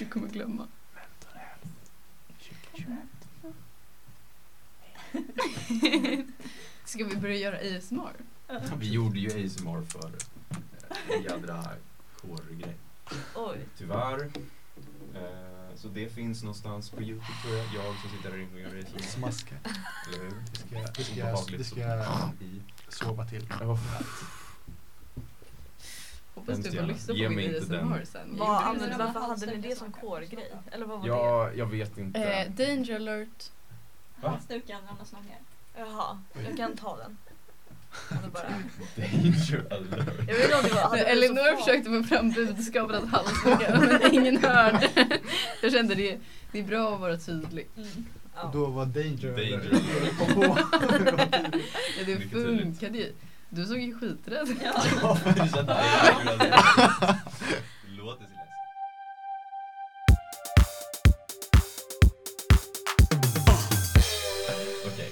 aldrig kommer glömma. Mental health 2021. Ska vi börja göra ASMR? Vi gjorde ju ASMR för en jädra kårgrej. Oj. Tyvärr. Så det finns någonstans på YouTube, tror jag. Jag som sitter där inne och gör ASMR. Smaska. Eller hur? Det ska jag sova till. Hoppas du får lyssna på Ge mig min inte den. ASMR sen. Varför hade ni det som kårgrej? Eller vad var det? Ja, jag vet inte. Danger alert. Halsduken ramlar snart ner. Jaha, jag kan ta den. Eller bara. Danger alert. Jag vet inte om det var... Elinor försökte få fram budskapet att halsduken, men ingen hörde. Jag kände det är bra att vara tydlig. Ja. Då var Danger. Ja, det funkade ju. Du såg ju skiträdd. Ja. Ja, för det känns det låter så läskigt. Okej.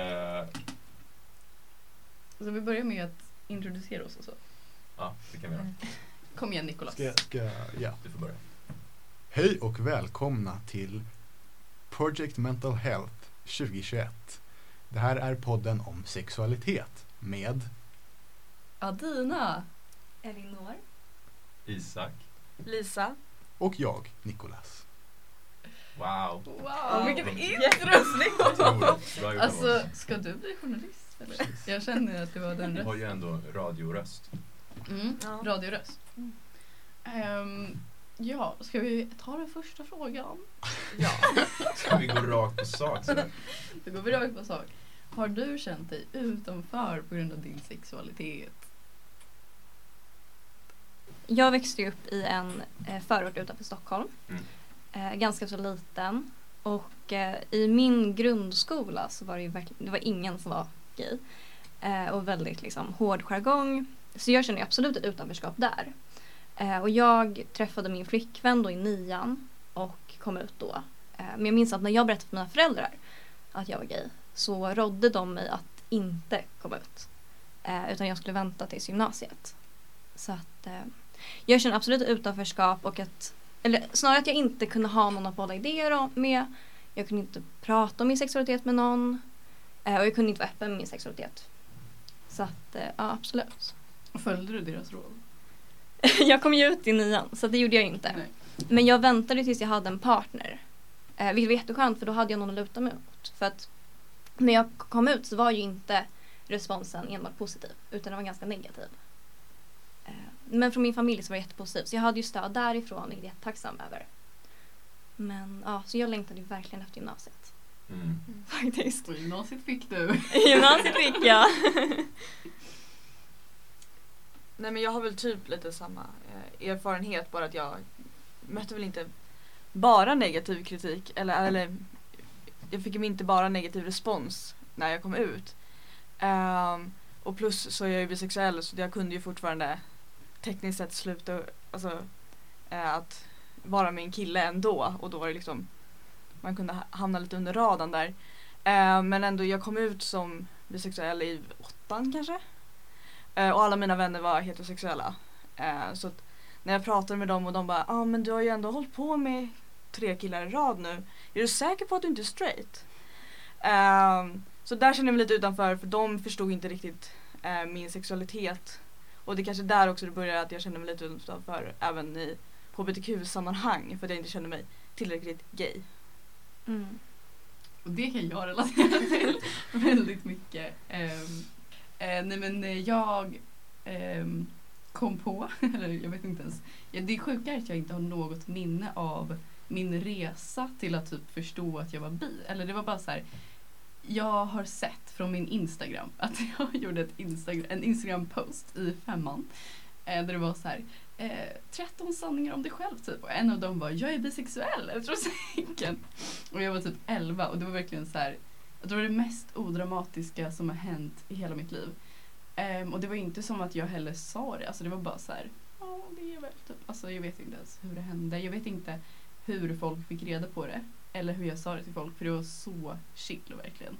Så vi börjar med att introducera oss och så. Ja, det kan vi göra. Kom igen, Nicolas. Ja. Du får börja. Hej och välkomna till Project Mental Health 2021. Det här är podden om sexualitet med Adina. Elinor. Isak. Lisa. och jag, Nicolas. Wow. Wow, vilket intro! Otroligt. Bra gjort. Alltså, ska du bli journalist? Eller? Precis. Jag känner att det var den Du har rätt. ju ändå radioröst. Ja. Radioröst. Ja, ska vi ta den första frågan? Ja. Ska vi gå rakt på sak sådär? Då går vi rakt på sak. Har du känt dig utanför på grund av din sexualitet? Jag växte upp i en förort utanför Stockholm. Ganska så liten. Och i min grundskola så var det ju verkligen, det var ingen som var gay. Och väldigt liksom hård jargong. Så jag kände absolut ett utanförskap där. Och jag träffade min flickvän då i 9:an och kom ut då. Men jag minns att när jag berättade för mina föräldrar att jag var gay så rådde de mig att inte komma ut. Utan jag skulle vänta tills gymnasiet. Så att jag känner absolut ett utanförskap och eller snarare att jag inte kunde ha någon att bolla idéer med. Jag kunde inte prata om min sexualitet med någon. Och jag kunde inte vara öppen med min sexualitet. Så att, ja absolut. Följde du deras råd? Jag kom ju ut i 9:an så det gjorde jag inte. Nej. Men jag väntade tills jag hade en partner. Vilket var jätteskönt för då hade jag någon att luta mig mot. För att när jag kom ut så var ju inte responsen enbart positiv. Utan den var ganska negativ. Men från min familj så var det jättepositivt. Så jag hade ju stöd därifrån, vilket jag är jättetacksam över. Men ja, så jag längtade ju verkligen efter gymnasiet. Faktiskt. På gymnasiet fick du. Gymnasiet fick jag. Nej, men jag har väl typ lite samma erfarenhet, bara att jag mötte väl inte bara negativ kritik eller jag fick ju inte bara negativ respons när jag kom ut. Och plus så är jag ju bisexuell så jag kunde ju fortfarande tekniskt sett sluta att vara med en kille ändå, och då var det liksom man kunde hamna lite under radarn där. Men ändå, jag kom ut som bisexuell i 8:an kanske. Och alla mina vänner var heterosexuella. Så att när jag pratade med dem och de bara, men du har ju ändå hållit på med 3 killar i rad nu. Är du säker på att du inte är straight? Så där kände jag mig lite utanför, för de förstod inte riktigt min sexualitet. Och det kanske där också det började att jag kände mig lite utanför även i HBTQ-sammanhang, för att jag inte kände mig tillräckligt gay. Mm. Och det kan jag relatera till väldigt mycket. Nej men jag kom på, eller jag vet inte ens. Det är sjukare att jag inte har något minne av min resa till att typ förstå att jag var bi. Eller det var bara så här. Jag har sett från min Instagram att jag gjorde en Instagram-post i 5:an. Där det var så här 13 sanningar om dig själv typ. Och en av dem var, jag är bisexuell, eller och jag var typ 11 och det var verkligen så här. Jag tror det mest odramatiska som har hänt i hela mitt liv. Och det var inte som att jag heller sa det. Alltså det var bara så här, ja det är väl typ. Alltså jag vet inte ens hur det hände. Jag vet inte hur folk fick reda på det. Eller hur jag sa det till folk. För det var så chill verkligen.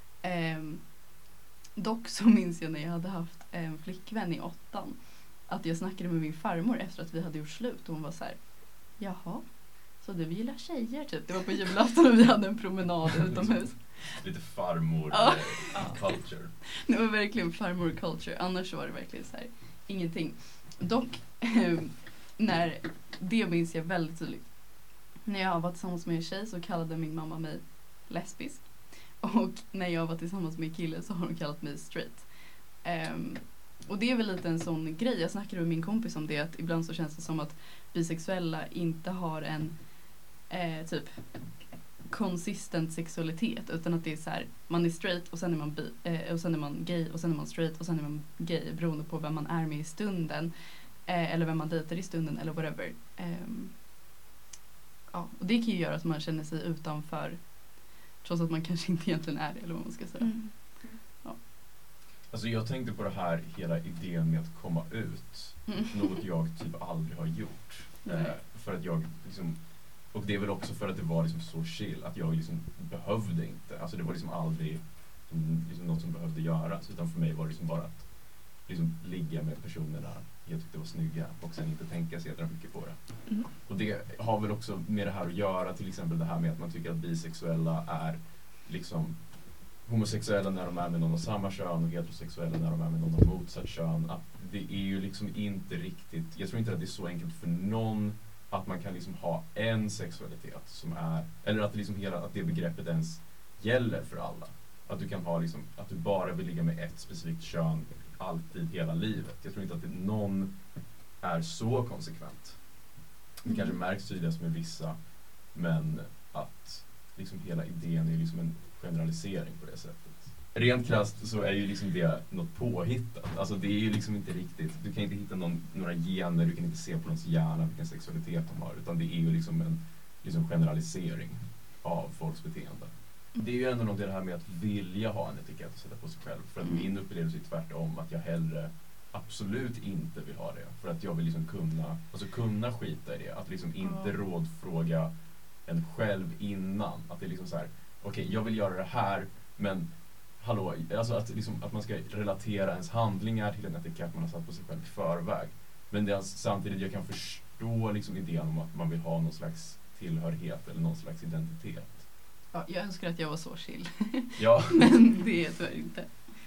Dock så minns jag när jag hade haft en flickvän i 8:an. Att jag snackade med min farmor efter att vi hade gjort slut. Och hon var så här, jaha. Så vi gillar tjejer typ. Det var på julafton och vi hade en promenad utomhus. Lite farmor culture. Det var verkligen farmor culture. Annars så var det verkligen så här ingenting. Dock när det minns jag väldigt tydligt. När jag var tillsammans med en tjej så kallade min mamma mig lesbisk. Och när jag var tillsammans med en kille så har hon kallat mig straight. Och det är väl lite en sån grej. Jag snackade med min kompis om det. Att ibland så känns det som att bisexuella inte har en typ konsistent sexualitet. Utan att det är så här, man är straight och sen är man och sen är man gay och sen är man straight och sen är man gay. Beroende på vem man är med i stunden. Eller vem man dejtar i stunden eller whatever. Ja, och det kan ju göra att man känner sig utanför. Trots att man kanske inte egentligen är det, eller vad man ska säga. Ja. Alltså jag tänkte på det här, hela idén med att komma ut. Något jag typ aldrig har gjort. För att jag liksom, och det är väl också för att det var liksom så chill att jag liksom behövde inte. Alltså det var liksom aldrig liksom något som behövde göras. Utan för mig var det liksom bara att liksom ligga med personerna jag tyckte var snygga och sen inte tänka så jävla mycket på det. Och det har väl också med det här att göra, till exempel det här med att man tycker att bisexuella är liksom homosexuella när de är med någon av samma kön och heterosexuella när de är med någon av motsatt kön. Att det är ju liksom inte riktigt, jag tror inte att det är så enkelt för någon att man kan liksom ha en sexualitet som är, eller att det liksom att det begreppet ens gäller för alla. Att du kan ha liksom, att du bara vill ligga med ett specifikt kön alltid hela livet. Jag tror inte att någon är så konsekvent. Det kanske märks tydligast med vissa, men att liksom hela idén är liksom en generalisering på det sättet. Rent krasst så är ju liksom det något påhittat. Alltså det är ju liksom inte riktigt, du kan inte hitta några gener, du kan inte se på någons hjärna vilken sexualitet de har, utan det är ju liksom en liksom generalisering av folks beteende. Det är ju ändå något det här med att vilja ha en etikett att sätta på sig själv. För att min upplevelse är tvärtom, att jag hellre absolut inte vill ha det. För att jag vill liksom kunna skita i det. Att liksom inte rådfråga en själv innan. Att det är liksom så här, okej, jag vill göra det här, men hallå, alltså att man ska relatera ens handlingar till en etikett man har satt på sig själv i förväg. Men det är samtidigt jag kan förstå liksom idén om att man vill ha någon slags tillhörighet eller någon slags identitet. Ja, jag önskar att jag var så chill. Ja. Men det är tyvärr inte.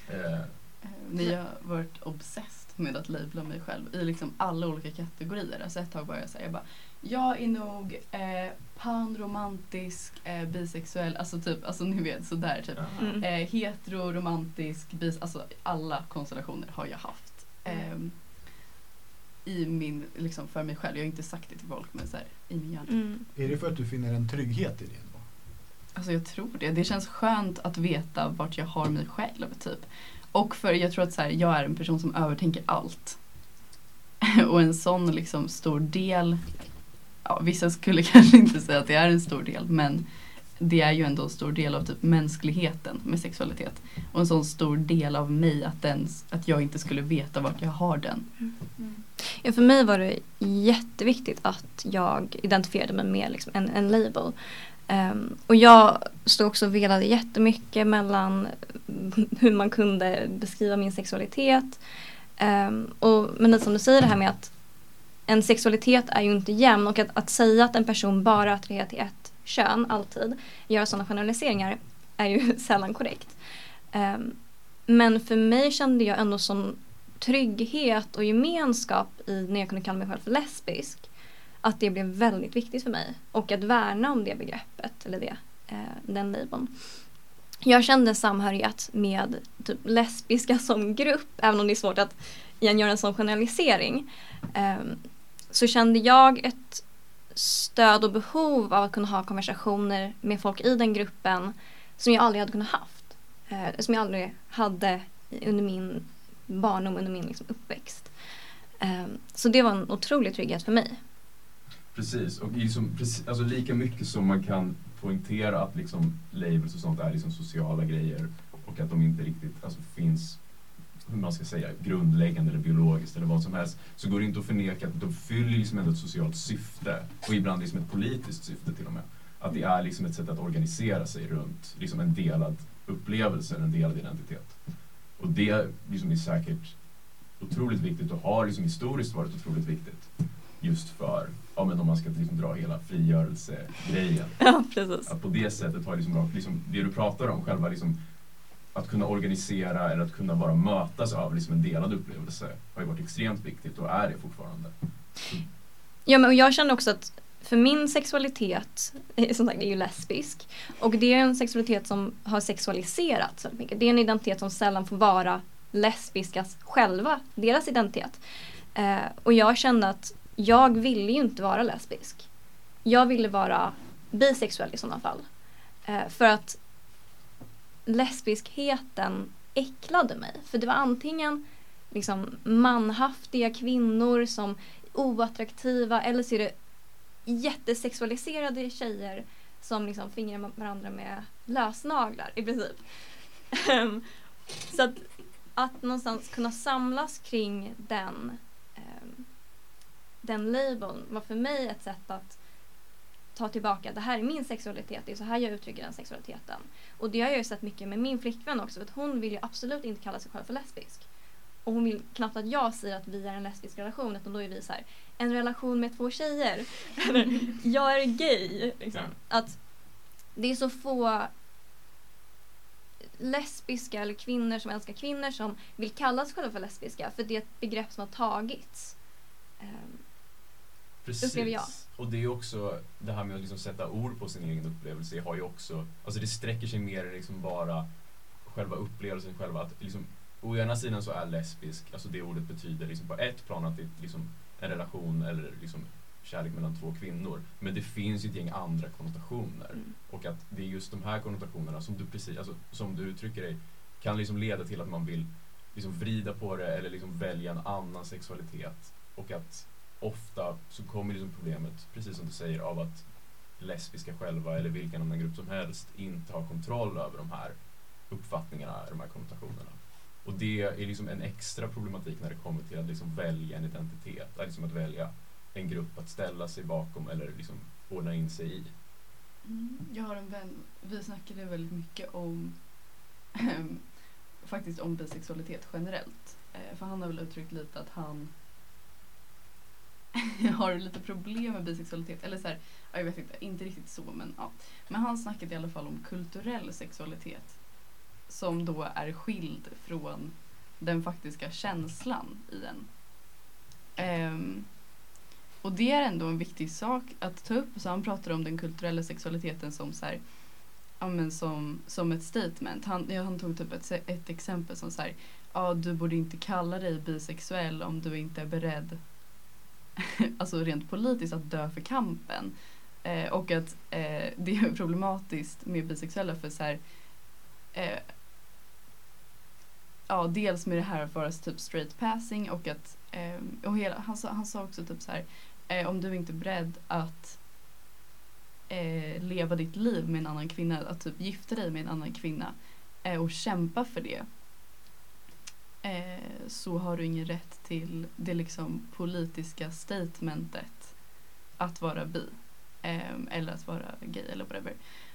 Ni har varit obsessed med att labla mig själv i liksom alla olika kategorier. Alltså ett tag var jag säga jag är nog panromantisk, bisexuell, alltså ni vet sådär typ. Hetero, romantisk, alltså alla konstellationer har jag haft. I min, liksom för mig själv. Jag har inte sagt det till folk, men så här, i min hjärna. Är det för att du finner en trygghet i det då? Alltså jag tror det. Det känns skönt att veta vart jag har mig själv typ. Och för jag tror att så här, jag är en person som övertänker allt. Och en sån liksom stor del, ja, vissa skulle kanske inte säga att det är en stor del, men det är ju ändå en stor del av typ mänskligheten med sexualitet. Och en sån stor del av mig att jag inte skulle veta vart jag har den. Ja, för mig var det jätteviktigt att jag identifierade mig med liksom en label. Och jag stod också och velade jättemycket mellan hur man kunde beskriva min sexualitet. Men det som du säger, det här med att en sexualitet är ju inte jämn, och att säga att en person bara attraherar till ett kön alltid, göra sådana generaliseringar är ju sällan korrekt. Men för mig kände jag ändå sån trygghet och gemenskap när jag kunde kalla mig själv för lesbisk, att det blev väldigt viktigt för mig. Och att värna om det begreppet, eller den labeln. Jag kände samhörighet med typ lesbiska som grupp, även om det är svårt att igen göra en sån generalisering. Så kände jag ett stöd och behov av att kunna ha konversationer med folk i den gruppen som jag aldrig hade kunnat haft. Som jag aldrig hade under min barndom, under min liksom uppväxt. Så det var en otrolig trygghet för mig. Precis, och liksom, alltså lika mycket som man kan poängtera att liksom labels och sånt är liksom sociala grejer och att de inte riktigt alltså finns, hur man ska säga, grundläggande eller biologiskt eller vad som helst, så går det inte att förneka att de fyller liksom ändå ett socialt syfte och ibland liksom ett politiskt syfte till och med. Att det är liksom ett sätt att organisera sig runt liksom en delad upplevelse, en delad identitet. Och det liksom är säkert otroligt viktigt och har liksom historiskt varit otroligt viktigt just för ja, men om man ska liksom dra hela frigörelsegrejen. Ja, precis. Att på det sättet har liksom det du pratar om, själva liksom att kunna organisera eller att kunna bara mötas av liksom en delad upplevelse har ju varit extremt viktigt och är det fortfarande. Ja, men och jag känner också att för min sexualitet, som sagt, är ju lesbisk. Och det är en sexualitet som har sexualiserats så mycket. Det är en identitet som sällan får vara lesbiskas själva, deras identitet. Och jag kände att jag ville ju inte vara lesbisk. Jag ville vara bisexuell i sådana fall. För att lesbiskheten äcklade mig. För det var antingen liksom manhaftiga kvinnor som oattraktiva, eller så är det jättesexualiserade tjejer som liksom fingrar varandra med lösnaglar i princip. Så att någonstans kunna samlas kring den labeln var för mig ett sätt att ta tillbaka, det här är min sexualitet, det är så här jag uttrycker den sexualiteten. Och det har jag ju sett mycket med min flickvän också, för att hon vill ju absolut inte kalla sig själv för lesbisk. Och hon vill knappt att jag säger att vi är en lesbisk relation, utan då är vi så här, en relation med 2 tjejer. Eller, jag är gay. Liksom. Att det är så få lesbiska eller kvinnor som älskar kvinnor som vill kalla sig själva för lesbiska, för det är ett begrepp som har tagits. Precis. Jag. Och det är också det här med att liksom sätta ord på sin egen upplevelse har ju också, alltså det sträcker sig mer liksom bara själva upplevelsen själva, att liksom å ena sidan så är lesbisk, alltså det ordet betyder liksom på ett plan att det är liksom en relation eller liksom kärlek mellan 2 kvinnor, men det finns ju ett gäng andra konnotationer och att det är just de här konnotationerna som du precis, alltså som du uttrycker dig, kan liksom leda till att man vill liksom vrida på det eller liksom välja en annan sexualitet, och att ofta så kommer liksom problemet, precis som du säger, av att lesbiska själva eller vilken annan grupp som helst inte har kontroll över de här uppfattningarna, de här konnotationerna. Och det är liksom en extra problematik när det kommer till att liksom välja en identitet, liksom att välja en grupp att ställa sig bakom eller liksom ordna in sig i. Jag har en vän, vi snackade väldigt mycket om faktiskt om bisexualitet generellt. För han har väl uttryckt lite att han har lite problem med bisexualitet. Eller så här, jag vet inte riktigt så, men ja. Men han snackade i alla fall om kulturell sexualitet. Som då är skild från den faktiska känslan i den. Och det är ändå en viktig sak att ta upp. Så han pratar om den kulturella sexualiteten som så här, ja, men som ett statement. Han tog typ ett exempel som så här, ja, du borde inte kalla dig bisexuell om du inte är beredd, alltså rent politiskt, att dö för kampen. Och att det är problematiskt med bisexuella för så här, ja, dels med det här att vara typ straight passing och att och han sa också typ så här, om du inte är beredd att leva ditt liv med en annan kvinna, att typ gifta dig med en annan kvinna och kämpa för det, så har du ingen rätt till det liksom politiska statementet att vara bi eller att vara gay eller whatever.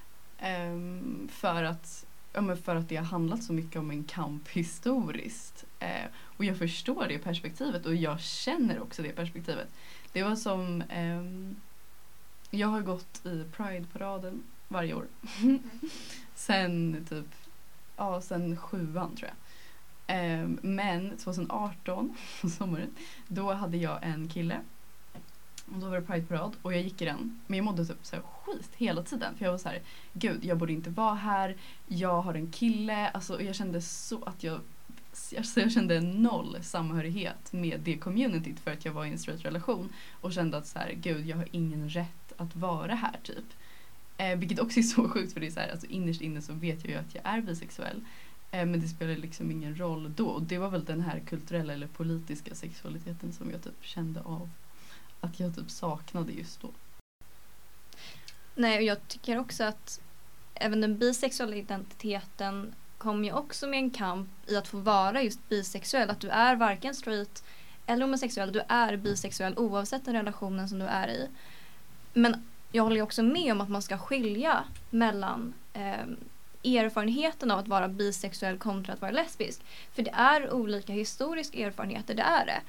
För att det har handlat så mycket om en kamp historiskt. Och jag förstår det perspektivet och jag känner också det perspektivet. Det var som jag har gått i Pride-paraden varje år. Sen 7:an tror jag. Men 2018 sommaren, då hade jag en kille. Och då var det Pride-parad och jag gick i den. Men jag mådde typ så här skit hela tiden. För jag var så här, gud, jag borde inte vara här. Jag har en kille. Alltså jag kände så att jag kände noll samhörighet med det communityt för att jag var i en straight relation. Och kände att så här, gud, jag har ingen rätt att vara här typ. Vilket också är så sjukt, för det är så här, alltså innerst inne så vet jag ju att jag är bisexuell. Men det spelar liksom ingen roll då. Och det var väl den här kulturella eller politiska sexualiteten som jag typ kände av att jag typ saknade just då. Nej, och jag tycker också att även den bisexuella identiteten kommer ju också med en kamp i att få vara just bisexuell. Att du är varken straight eller homosexuell. Du är bisexuell oavsett den relationen som du är i. Men jag håller ju också med om att man ska skilja mellan erfarenheten av att vara bisexuell kontra att vara lesbisk. För det är olika historiska erfarenheter, det är det.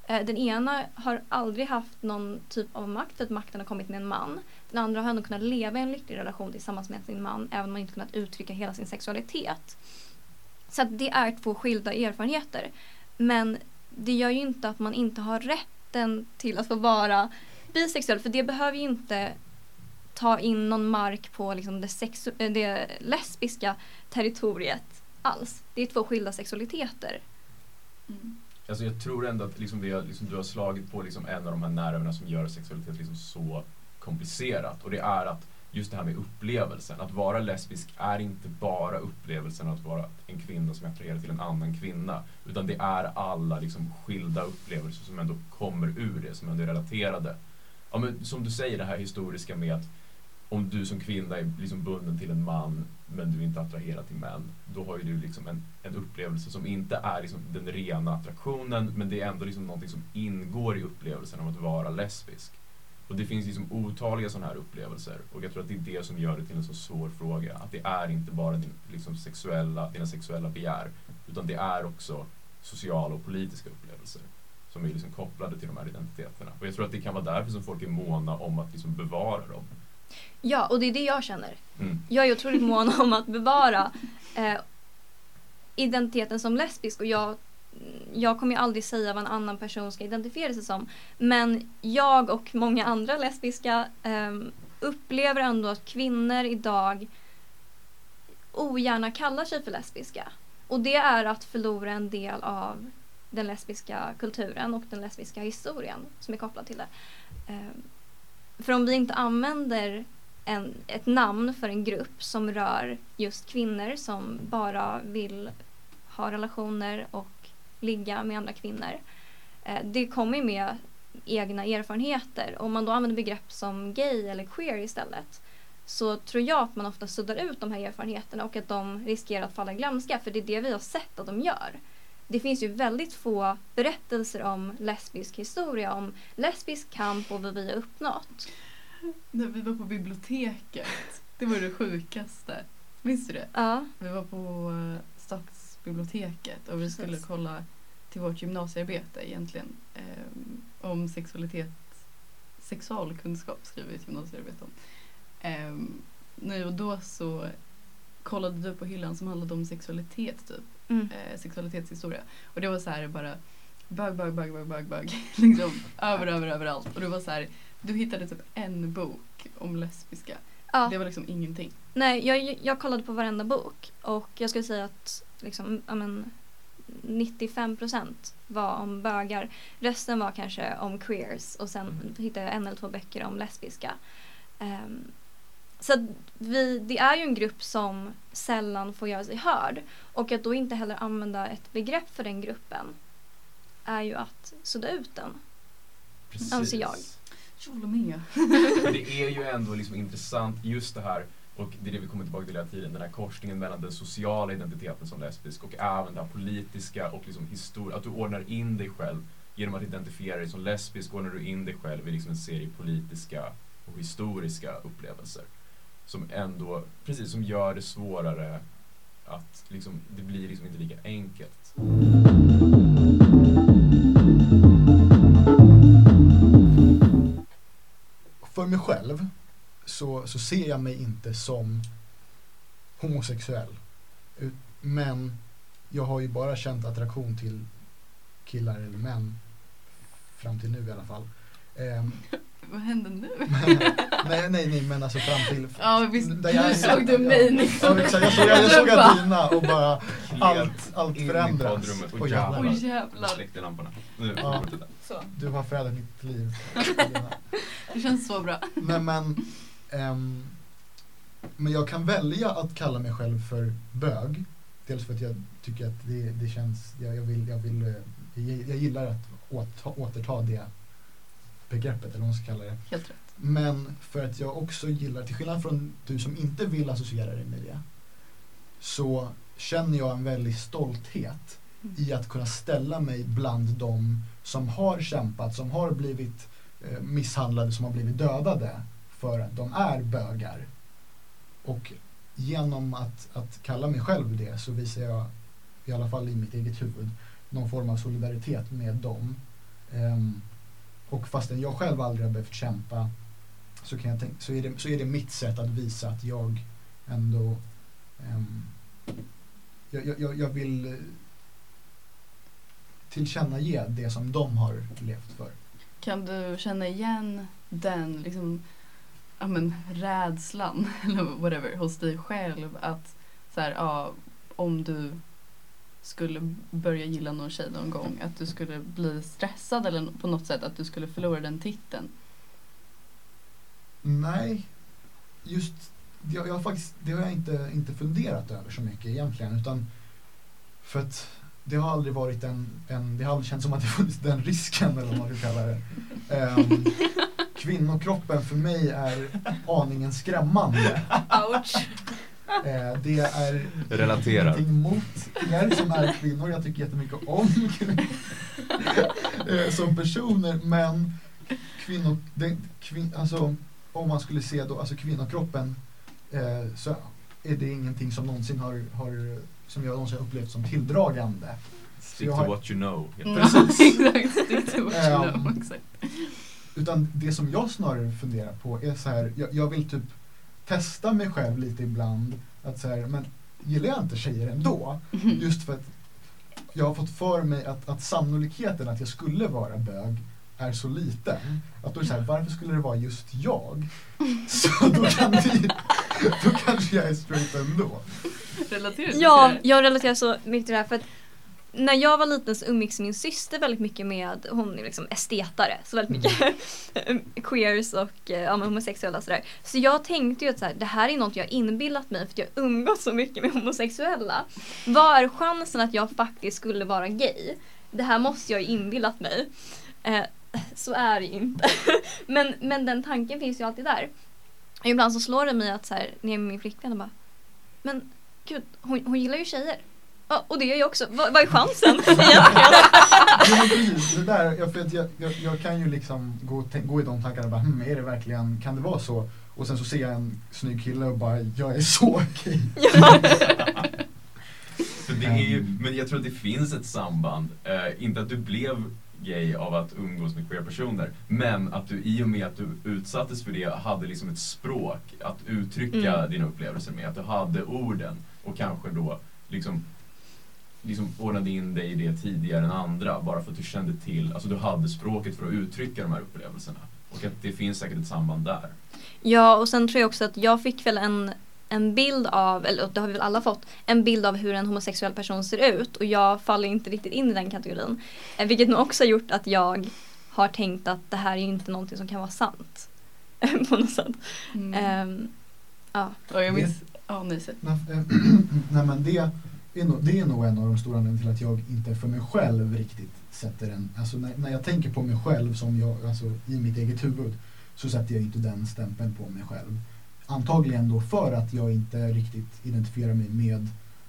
Den ena har aldrig haft någon typ av makt för att makten har kommit med en man. Den andra har ändå kunnat leva i en lycklig relation tillsammans med sin man även om man inte kunnat uttrycka hela sin sexualitet. Så att det är 2 skilda erfarenheter. Men det gör ju inte att man inte har rätten till att få vara bisexuell. För det behöver ju inte ta in någon mark på liksom det lesbiska territoriet alls. Det är 2 skilda sexualiteter. Mm. Alltså jag tror ändå att liksom du har slagit på liksom en av de här nerverna som gör sexualitet liksom så komplicerat. Och det är att just det här med upplevelsen. Att vara lesbisk är inte bara upplevelsen att vara en kvinna som attraherar till en annan kvinna. Utan det är alla liksom skilda upplevelser som ändå kommer ur det, som ändå är relaterade. Ja, men som du säger, det här historiska med att om du som kvinna är liksom bunden till en man men du inte attraherar till män, då har ju du liksom en upplevelse som inte är liksom den rena attraktionen, men det är ändå liksom någonting som ingår i upplevelsen av att vara lesbisk. Och det finns liksom otaliga sådana här upplevelser, och jag tror att det är det som gör det till en så svår fråga. Att det är inte bara dina sexuella begär, utan det är också sociala och politiska upplevelser som är liksom kopplade till de här identiteterna. Och jag tror att det kan vara därför som folk är måna om att liksom bevara dem. Ja, och det är det jag känner. Jag är otroligt mån om att bevara identiteten som lesbisk, och jag kommer ju aldrig säga vad en annan person ska identifiera sig som. Men jag och många andra lesbiska upplever ändå att kvinnor idag ogärna kallar sig för lesbiska. Och det är att förlora en del av den lesbiska kulturen och den lesbiska historien som är kopplad till det. För om vi inte använder ett namn för en grupp som rör just kvinnor som bara vill ha relationer och ligga med andra kvinnor. Det kommer med egna erfarenheter. Om man då använder begrepp som gay eller queer istället, så tror jag att man ofta suddar ut de här erfarenheterna och att de riskerar att falla i glömska, för det är det vi har sett att de gör. Det finns ju väldigt få berättelser om lesbisk historia, om lesbisk kamp och vad vi har uppnått. När vi var på biblioteket, det var det sjukaste. Visste du det? Ja. Vi var på Stadsbiblioteket och vi skulle kolla till vårt gymnasiearbete egentligen om sexualkunskap skriver vi ett gymnasiearbete om. Nu och då så kollade du på hyllan som handlade om sexualitet typ. Sexualitetshistoria. Och det var så här bara bög liksom överallt. Och det var så här, du hittade typ en bok om lesbiska. Ja. Det var liksom ingenting. Nej, jag kollade på varenda bok och jag skulle säga att liksom, 95% var om bögar. Resten var kanske om queers och sen hittade jag 1 eller 2 böcker om lesbiska. Så det är ju en grupp som sällan får göra sig hörd, och att då inte heller använda ett begrepp för den gruppen är ju att sudda ut den. Precis. Anser jag. Jag håller med. Men det är ju ändå liksom intressant just det här, och det är det vi kommer tillbaka till hela tiden, den här korsningen mellan den sociala identiteten som lesbisk och även den politiska och liksom historia. Att du ordnar in dig själv genom att identifiera dig som lesbisk, ordnar du in dig själv i liksom en serie politiska och historiska upplevelser som ändå, precis, som gör det svårare att liksom, det blir liksom inte lika enkelt. För mig själv så ser jag mig inte som homosexuell. Men jag har ju bara känt attraktion till killar eller män fram till nu i alla fall. Vad händer nu? nej, men alltså fram till... Ja, visst, nu såg du mig liksom. Ja, exakt, jag såg Adina och bara allt förändras. Och jävlar. Oj, jävlar. Släckte lamporna. Nu Ja. Så. Du har förändrat mitt liv. Det känns så bra. Nej, men jag kan välja att kalla mig själv för bög. Dels för att jag tycker att det känns... Jag gillar att återta det begreppet, eller vad man ska kalla det. Helt rätt. Men för att jag också gillar, till skillnad från du som inte vill associera dig med det, så känner jag en väldig stolthet i att kunna ställa mig bland dem som har kämpat, som har blivit misshandlade, som har blivit dödade för att de är bögar. Och genom att kalla mig själv det, så visar jag, i alla fall i mitt eget huvud, någon form av solidaritet med dem. Och fastän jag själv aldrig har behövt kämpa så är det mitt sätt att visa att jag ändå jag vill tillkännage det som de har levt för. Kan du känna igen den liksom, rädslan eller whatever hos dig själv att så här, om du skulle börja gilla någon tjej någon gång, att du skulle bli stressad eller på något sätt att du skulle förlora den titeln? Nej, just det har jag inte funderat över så mycket egentligen, utan för att det har aldrig varit det har aldrig känts som att det funnits den risken eller vad man ska kalla det. Kvinnokroppen för mig är aningen skrämmande. Ouch. Det är ingenting mot er som är kvinnor. Jag tycker jättemycket om som personer, men alltså, om man skulle se då, alltså kvinnokroppen, så är det ingenting som någonsin som jag någonsin upplevt som tilldragande. Stick to what you know. Exakt, stick to what you know. Exakt. Utan det som jag snarare funderar på är så här, jag vill typ testa mig själv lite ibland, att så här, men gillar jag inte tjejer ändå? Just för att jag har fått för mig att sannolikheten att jag skulle vara bög är så liten, att då är det så här, varför skulle det vara just jag? Så då kanske jag är straight ändå. Relaterar du? Ja, jag relaterar så mycket till det här, för att när jag var liten så umgicks min syster väldigt mycket med, hon är liksom estetare, så väldigt mycket queers och homosexuella och sådär. Så jag tänkte ju att så här, det här är något jag inbillat mig för att jag umgås så mycket med homosexuella. Vad är chansen att jag faktiskt skulle vara gay? Det här måste jag ju inbillat mig. Så är det inte. men den tanken finns ju alltid där. Och ibland så slår det mig att så här, när jag är med min flickvän och bara, men gud, hon gillar ju tjejer. Ja, och det gör jag också. Vad är chansen egentligen? Ja, precis. Det där, för att jag kan ju liksom gå i de tankarna och bara, är det verkligen, kan det vara så? Och sen så ser jag en snygg kille och bara, jag är så okej. Ja. För det är ju, men jag tror att det finns ett samband. Inte att du blev gay av att umgås med queer-personer, men att du i och med att du utsattes för det hade liksom ett språk att uttrycka dina upplevelser med. Att du hade orden och kanske då liksom ordnade in dig i det tidigare än andra, bara för att du kände till, alltså du hade språket för att uttrycka de här upplevelserna. Och att det finns säkert ett samband där. Ja, och sen tror jag också att jag fick väl en bild av, eller det har vi väl alla fått, en bild av hur en homosexuell person ser ut, och jag faller inte riktigt in i den kategorin. Vilket nog också har gjort att jag har tänkt att det här är inte någonting som kan vara sant. På något sätt. Ja. Och jag minns, nyset. Nej, men det är nog en av de stora anledningarna till att jag inte för mig själv riktigt sätter en, alltså när jag tänker på mig själv som jag, alltså i mitt eget huvud, så sätter jag inte den stämpeln på mig själv. Antagligen då för att jag inte riktigt identifierar mig med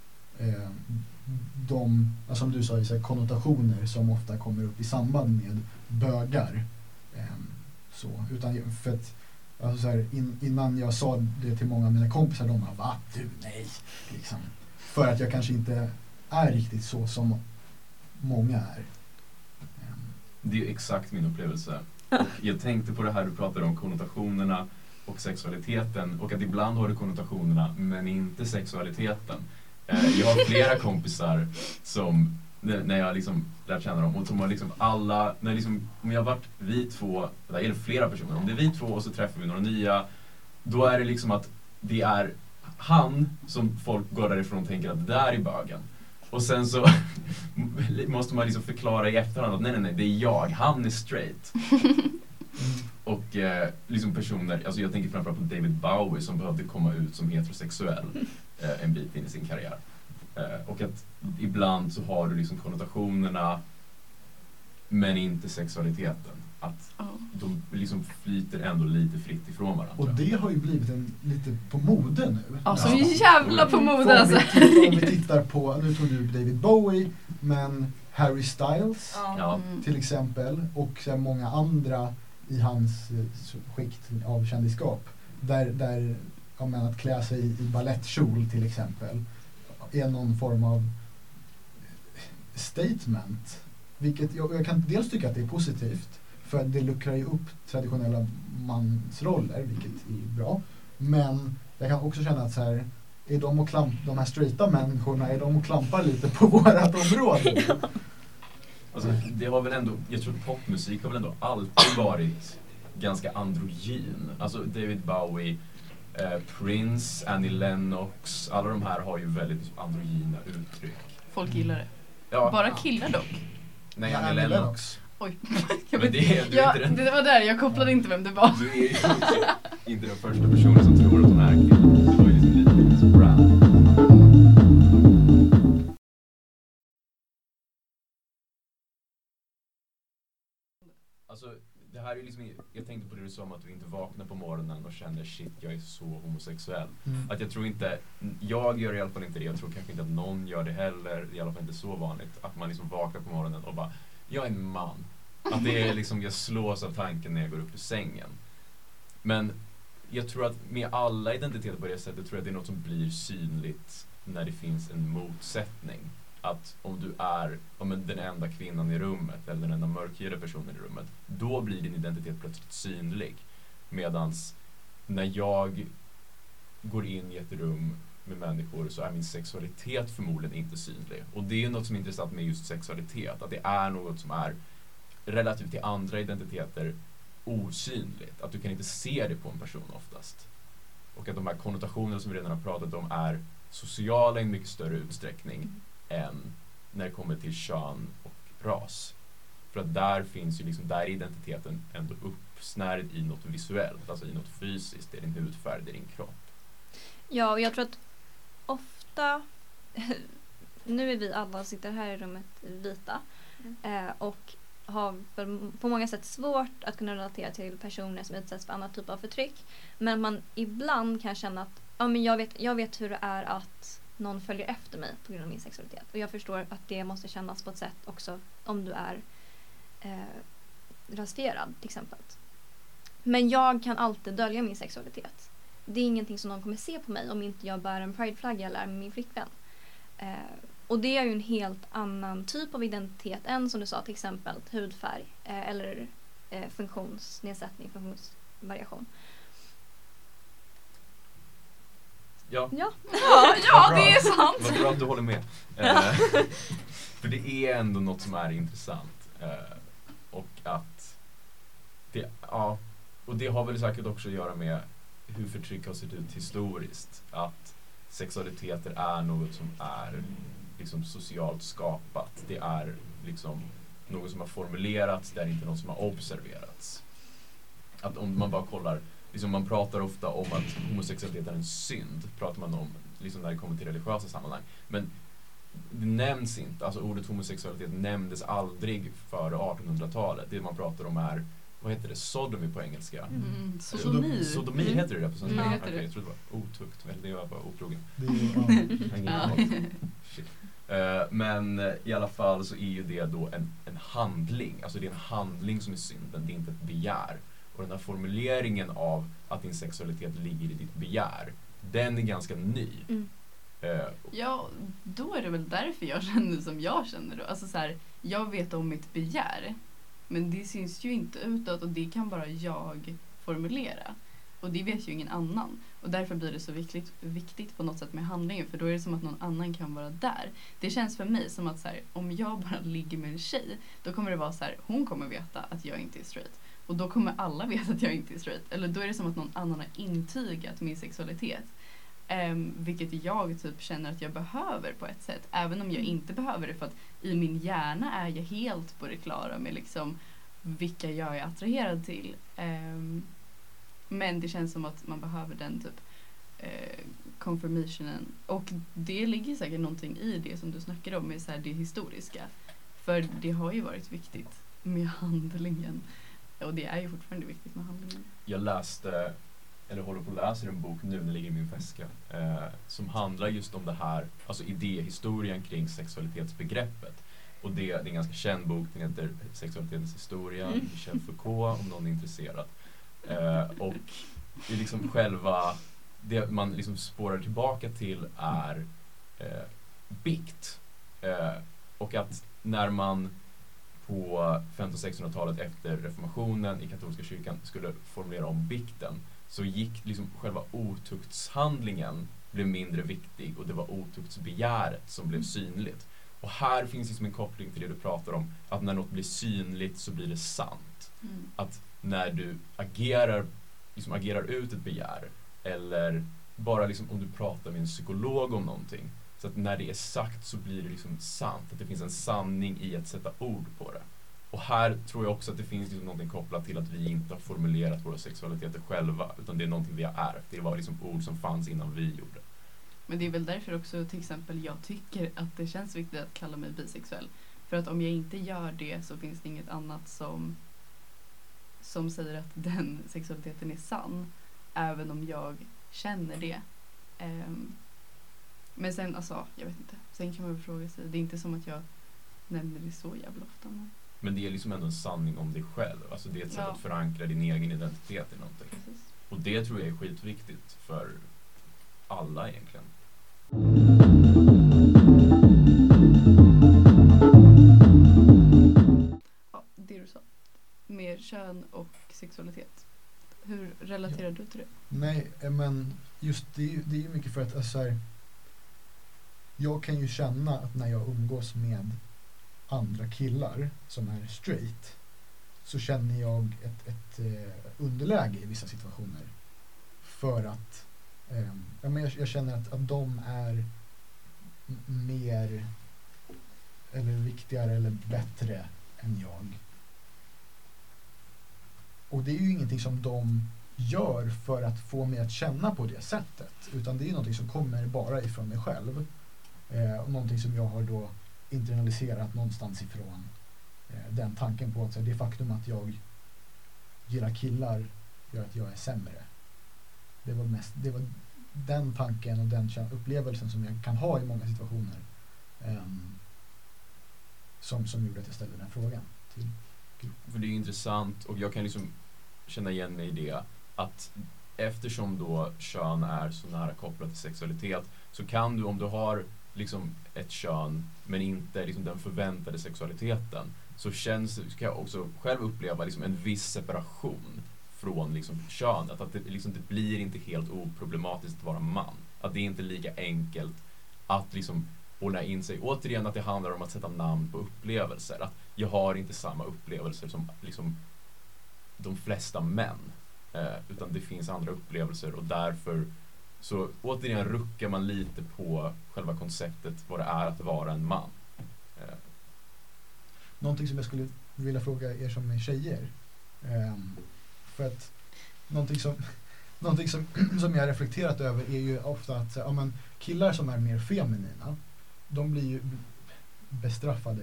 de, alltså som du sa, så här, konnotationer som ofta kommer upp i samband med bögar. Så, utan för att alltså så här, innan jag sa det till många av mina kompisar, de bara, va? Du, nej! Liksom. För att jag kanske inte är riktigt så som många är. Det är ju exakt min upplevelse. Och jag tänkte på det här du pratade om, konnotationerna och sexualiteten, och att ibland har du konnotationerna men inte sexualiteten. Jag har flera kompisar som, när jag liksom lärt känna dem, och som har liksom alla, när liksom, om jag har varit vi två, eller flera personer, om det är vi två och så träffar vi några nya, då är det liksom att det är han som folk går därifrån och tänker att det där är bögen. Och sen så måste man liksom förklara i efterhand att nej, det är jag, han är straight. Och liksom personer, alltså jag tänker framförallt på David Bowie som behövde komma ut som heterosexuell en bit in i sin karriär. Och att ibland så har du liksom konnotationerna men inte sexualiteten. Att de liksom flyter ändå lite fritt ifrån varandra. Och det har ju blivit lite på mode nu. Så jävla på mode alltså. Om vi tittar på, nu tog du David Bowie, men Harry Styles till exempel, och så många andra i hans skikt av kändisskap. Där jag menar, att klä sig i ballettkjol till exempel är någon form av statement Vilket jag kan dels tycka att det är positivt, för att det luckrar ju upp traditionella mansroller, vilket är bra. Men jag kan också känna att så här, är de här straighta människorna, är de och klampar lite på vårat område? Alltså, det har väl ändå, jag tror popmusik har väl ändå alltid varit ganska androgyn. Alltså David Bowie, Prince, Annie Lennox, alla de här har ju väldigt androgyna uttryck. Folk gillar det. Ja. Bara killar dock. Nej, Annie Lennox. Oj. Men det var där, jag kopplade inte vem det var. Du är ju inte den första personen som tror att hon är kille. Så är det lite brand. Alltså, det här är liksom, jag tänkte på det du sa om att du inte vaknar på morgonen och känner shit, jag är så homosexuell. Att jag tror inte, jag gör i alla fall inte det, jag tror kanske inte att någon gör det heller, i alla fall inte så vanligt, att man liksom vaknar på morgonen och bara, jag är en man. Att det är liksom, jag slås av tanken när jag går upp ur sängen. Men jag tror att med alla identiteter på det sättet tror jag att det är något som blir synligt när det finns en motsättning. Att om du är den enda kvinnan i rummet eller den enda mörkhyade personen i rummet, då blir din identitet plötsligt synlig. Medans när jag går in i ett rum med människor så är min sexualitet förmodligen inte synlig. Och det är något som är intressant med just sexualitet, att det är något som är relativt till andra identiteter osynligt. Att du kan inte se det på en person oftast. Och att de här konnotationerna som vi redan har pratat om är sociala i mycket större utsträckning än när det kommer till kön och ras. För att där finns ju liksom, där är identiteten ändå uppsnärd i något visuellt, alltså i något fysiskt, det är din hudfärg, det är din kropp. Ja, och jag tror att ofta, nu är vi alla sitter här i rummet vita och har på många sätt svårt att kunna relatera till personer som utsätts för annan typ av förtryck. Men man ibland kan känna att men jag vet hur det är att någon följer efter mig på grund av min sexualitet. Och jag förstår att det måste kännas på ett sätt också om du är rasifierad till exempel. Men jag kan alltid dölja min sexualitet. Det är ingenting som någon kommer se på mig om inte jag bär en prideflagga eller är med min flickvän. Och det är ju en helt annan typ av identitet än som du sa till exempel hudfärg eller funktionsnedsättning, funktionsvariation. Ja, det är sant. Vad bra att du håller med. För det är ändå något som är intressant. Och att och det har väl säkert också att göra med hur förtryck har sett ut historiskt. Att sexualiteter är något som är liksom socialt skapat. Det är liksom något som har formulerats, det är inte något som har observerats. Att om man bara kollar, liksom man pratar ofta om att homosexualitet är en synd, pratar man om liksom när det kommer till religiösa sammanhang. Men det nämns inte, alltså ordet homosexualitet nämndes aldrig före 1800-talet. Det man pratar om är, vad heter det, sodomy på engelska? Sodomi. Sodomi heter det på svenska? Ja. Okay, jag trodde det var otukt, eller det var bara otrogen. Shit. Men i alla fall så är ju det då en handling, alltså det är en handling som är synden, det är inte ett begär. Och den här formuleringen av att din sexualitet ligger i ditt begär, den är ganska ny. Ja, då är det väl därför jag känner som jag känner då. Alltså så här, jag vet om mitt begär, men det syns ju inte utåt och det kan bara jag formulera. Och det vet ju ingen annan. Och därför blir det så viktigt på något sätt med handlingen. För då är det som att någon annan kan vara där. Det känns för mig som att så här, om jag bara ligger med en tjej, då kommer det vara så här, hon kommer veta att jag inte är straight. Och då kommer alla veta att jag inte är straight. Eller då är det som att någon annan har intygat min sexualitet. Vilket jag typ känner att jag behöver på ett sätt. Även om jag inte behöver det, för att i min hjärna är jag helt på det klara med liksom vilka jag är attraherad till. Men det känns som att man behöver den typ confirmationen. Och det ligger säkert någonting i det som du snackade om med så här det historiska. För det har ju varit viktigt med handlingen. Och det är ju fortfarande viktigt med handlingen. Jag läste, eller håller på att läsa en bok nu, den ligger i min väska, som handlar just om det här, alltså idéhistorien kring sexualitetsbegreppet. Och det är en ganska känd bok, den heter Sexualitetens historia, Michel Foucault, om någon är intresserad. Och det är liksom själva, det man liksom spårar tillbaka till är bikt. Och att när man på 1500-1600-talet efter reformationen i katolska kyrkan skulle formulera om bikten, så gick liksom själva otuktshandlingen blev mindre viktig och det var otuktsbegäret som blev synligt. Och här finns liksom en koppling till det du pratar om, att när något blir synligt så blir det sant. Att när du agerar ut ett begär, eller bara liksom om du pratar med en psykolog om någonting, så att när det är sagt så blir det liksom sant, att det finns en sanning i att sätta ord på det. Och här tror jag också att det finns liksom någonting kopplat till att vi inte har formulerat våra sexualiteter själva, utan det är någonting vi har ärvt. Det var liksom ord som fanns innan vi gjorde. Men det är väl därför också till exempel jag tycker att det känns viktigt att kalla mig bisexuell. För att om jag inte gör det så finns det inget annat som säger att den sexualiteten är sann. Även om jag känner det. Men sen, alltså, jag vet inte. Sen kan man väl fråga sig. Det är inte som att jag nämner det så jävla ofta. Men det är liksom ändå en sanning om dig själv. Alltså det är ett sätt att förankra din egen identitet i någonting. Precis. Och det tror jag är skitviktigt för alla egentligen. Ja, det du sa. Med kön och sexualitet. Hur relaterar du till det? Nej, men just det är ju mycket för att alltså, jag kan ju känna att när jag umgås med andra killar som är straight så känner jag ett underläge i vissa situationer. För att jag känner att de är mer eller viktigare eller bättre än jag. Och det är ju ingenting som de gör för att få mig att känna på det sättet, utan det är någonting som kommer bara ifrån mig själv. Och någonting som jag har då internaliserat någonstans ifrån den tanken på att det faktum att jag gillar killar gör att jag är sämre. Det var den tanken och den upplevelsen som jag kan ha i många situationer som gjorde att jag ställde den här frågan till gruppen. För det är intressant, och jag kan liksom känna igen mig i det, att eftersom då kön är så nära kopplat till sexualitet, så kan du, om du har liksom ett kön men inte liksom den förväntade sexualiteten, så kan jag också själv uppleva liksom en viss separation från liksom könet, att det blir inte helt oproblematiskt att vara man, att det är inte lika enkelt att liksom ordna in sig. Återigen att det handlar om att sätta namn på upplevelser, att jag har inte samma upplevelser som liksom de flesta män, utan det finns andra upplevelser, och därför så återigen ruckar man lite på själva konceptet vad det är att vara en man. Någonting som jag skulle vilja fråga er som är tjejer, för att någonting som jag har reflekterat över är ju ofta att killar som är mer feminina, de blir ju bestraffade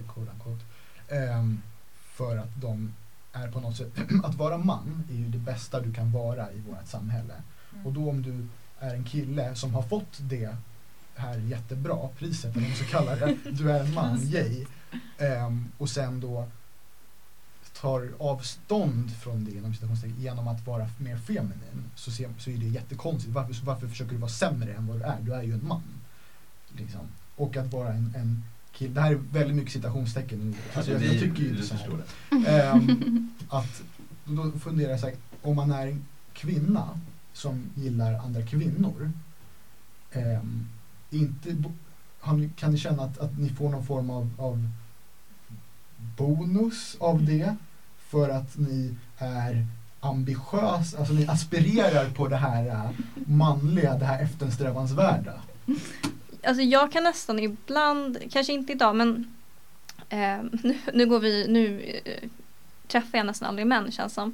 för att de är på något sätt, att vara man är ju det bästa du kan vara i vårt samhälle. Och då om du är en kille som har fått det här jättebra priset, eller så kallar det, du är en man, yay, och sen då tar avstånd från det genom att vara mer feminin, så är det jättekonstigt. Varför försöker du vara sämre än vad du är? Du är ju en man. Liksom. Och att vara en kille, det här är väldigt mycket citationstecken. Alltså jag tycker ju inte så här. Att då funderar jag så här, om man är en kvinna som gillar andra kvinnor, kan ni känna att ni får någon form av bonus av det för att ni är ambitiös, alltså ni aspirerar på det här manliga, det här eftersträvansvärda? Alltså jag kan nästan ibland, kanske inte idag, men nu träffar jag nästan aldrig män, känns som.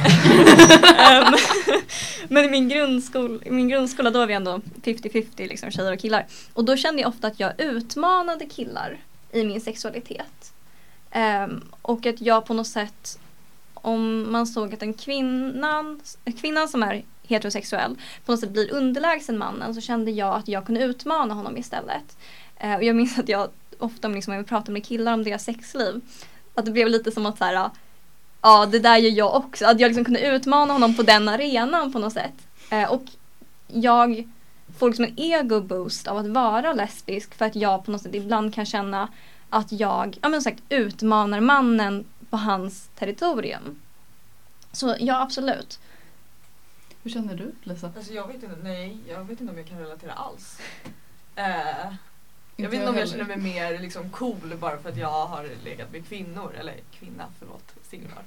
Men i min grundskola då var vi ändå 50-50 liksom, tjejer och killar. Och då kände jag ofta att jag utmanade killar i min sexualitet. Och att jag på något sätt, om man såg att en kvinnan som är heterosexuell på något sätt blir underlägsen mannen, så kände jag att jag kunde utmana honom istället. Och jag minns att jag ofta liksom, när jag pratade med killar om deras sexliv, att det blev lite som att så här, ja, det där gör jag också. Att jag liksom kunde utmana honom på den arenan på något sätt. Och jag får liksom en ego-boost av att vara lesbisk, för att jag på något sätt ibland kan känna att jag, ja men sagt, utmanar mannen på hans territorium. Så ja, absolut. Hur känner du, Lisa? Alltså jag vet inte om jag kan relatera alls. Jag Inte vet inte om jag heller. känner mig mer liksom cool bara för att jag har legat med kvinnor. Eller kvinna, förlåt, singular.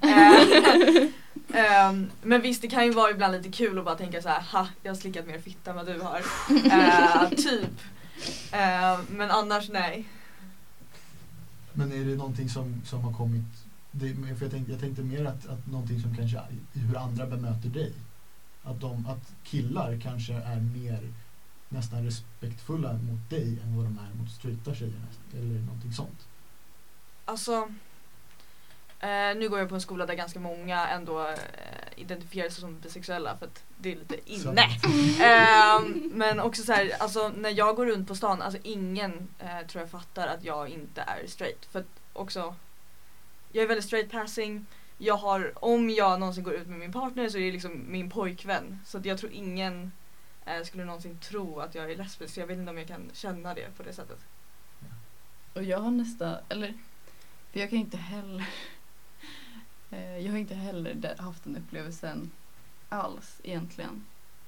Men visst, det kan ju vara ibland lite kul att bara tänka så här: ha, jag har slickat mer fitta än vad du har. Typ. Men annars nej. Men är det någonting som har kommit... För jag tänkte mer att någonting som kanske i hur andra bemöter dig. Att killar kanske är mer nästan respektfulla mot dig än vad de är mot straighta tjejer. Eller någonting sånt. Alltså, nu går jag på en skola där ganska många ändå identifierar sig som bisexuella för att det är lite inne. Men också så här, alltså när jag går runt på stan, alltså ingen tror jag fattar att jag inte är straight. För att också, jag är väldigt straight passing. Om jag någonsin går ut med min partner så är det liksom min pojkvän. Så att jag tror ingen skulle någonsin tro att jag är lesbisk. Så jag vet inte om jag kan känna det på det sättet. Och jag har för jag kan inte heller jag har inte heller haft den upplevelsen alls egentligen.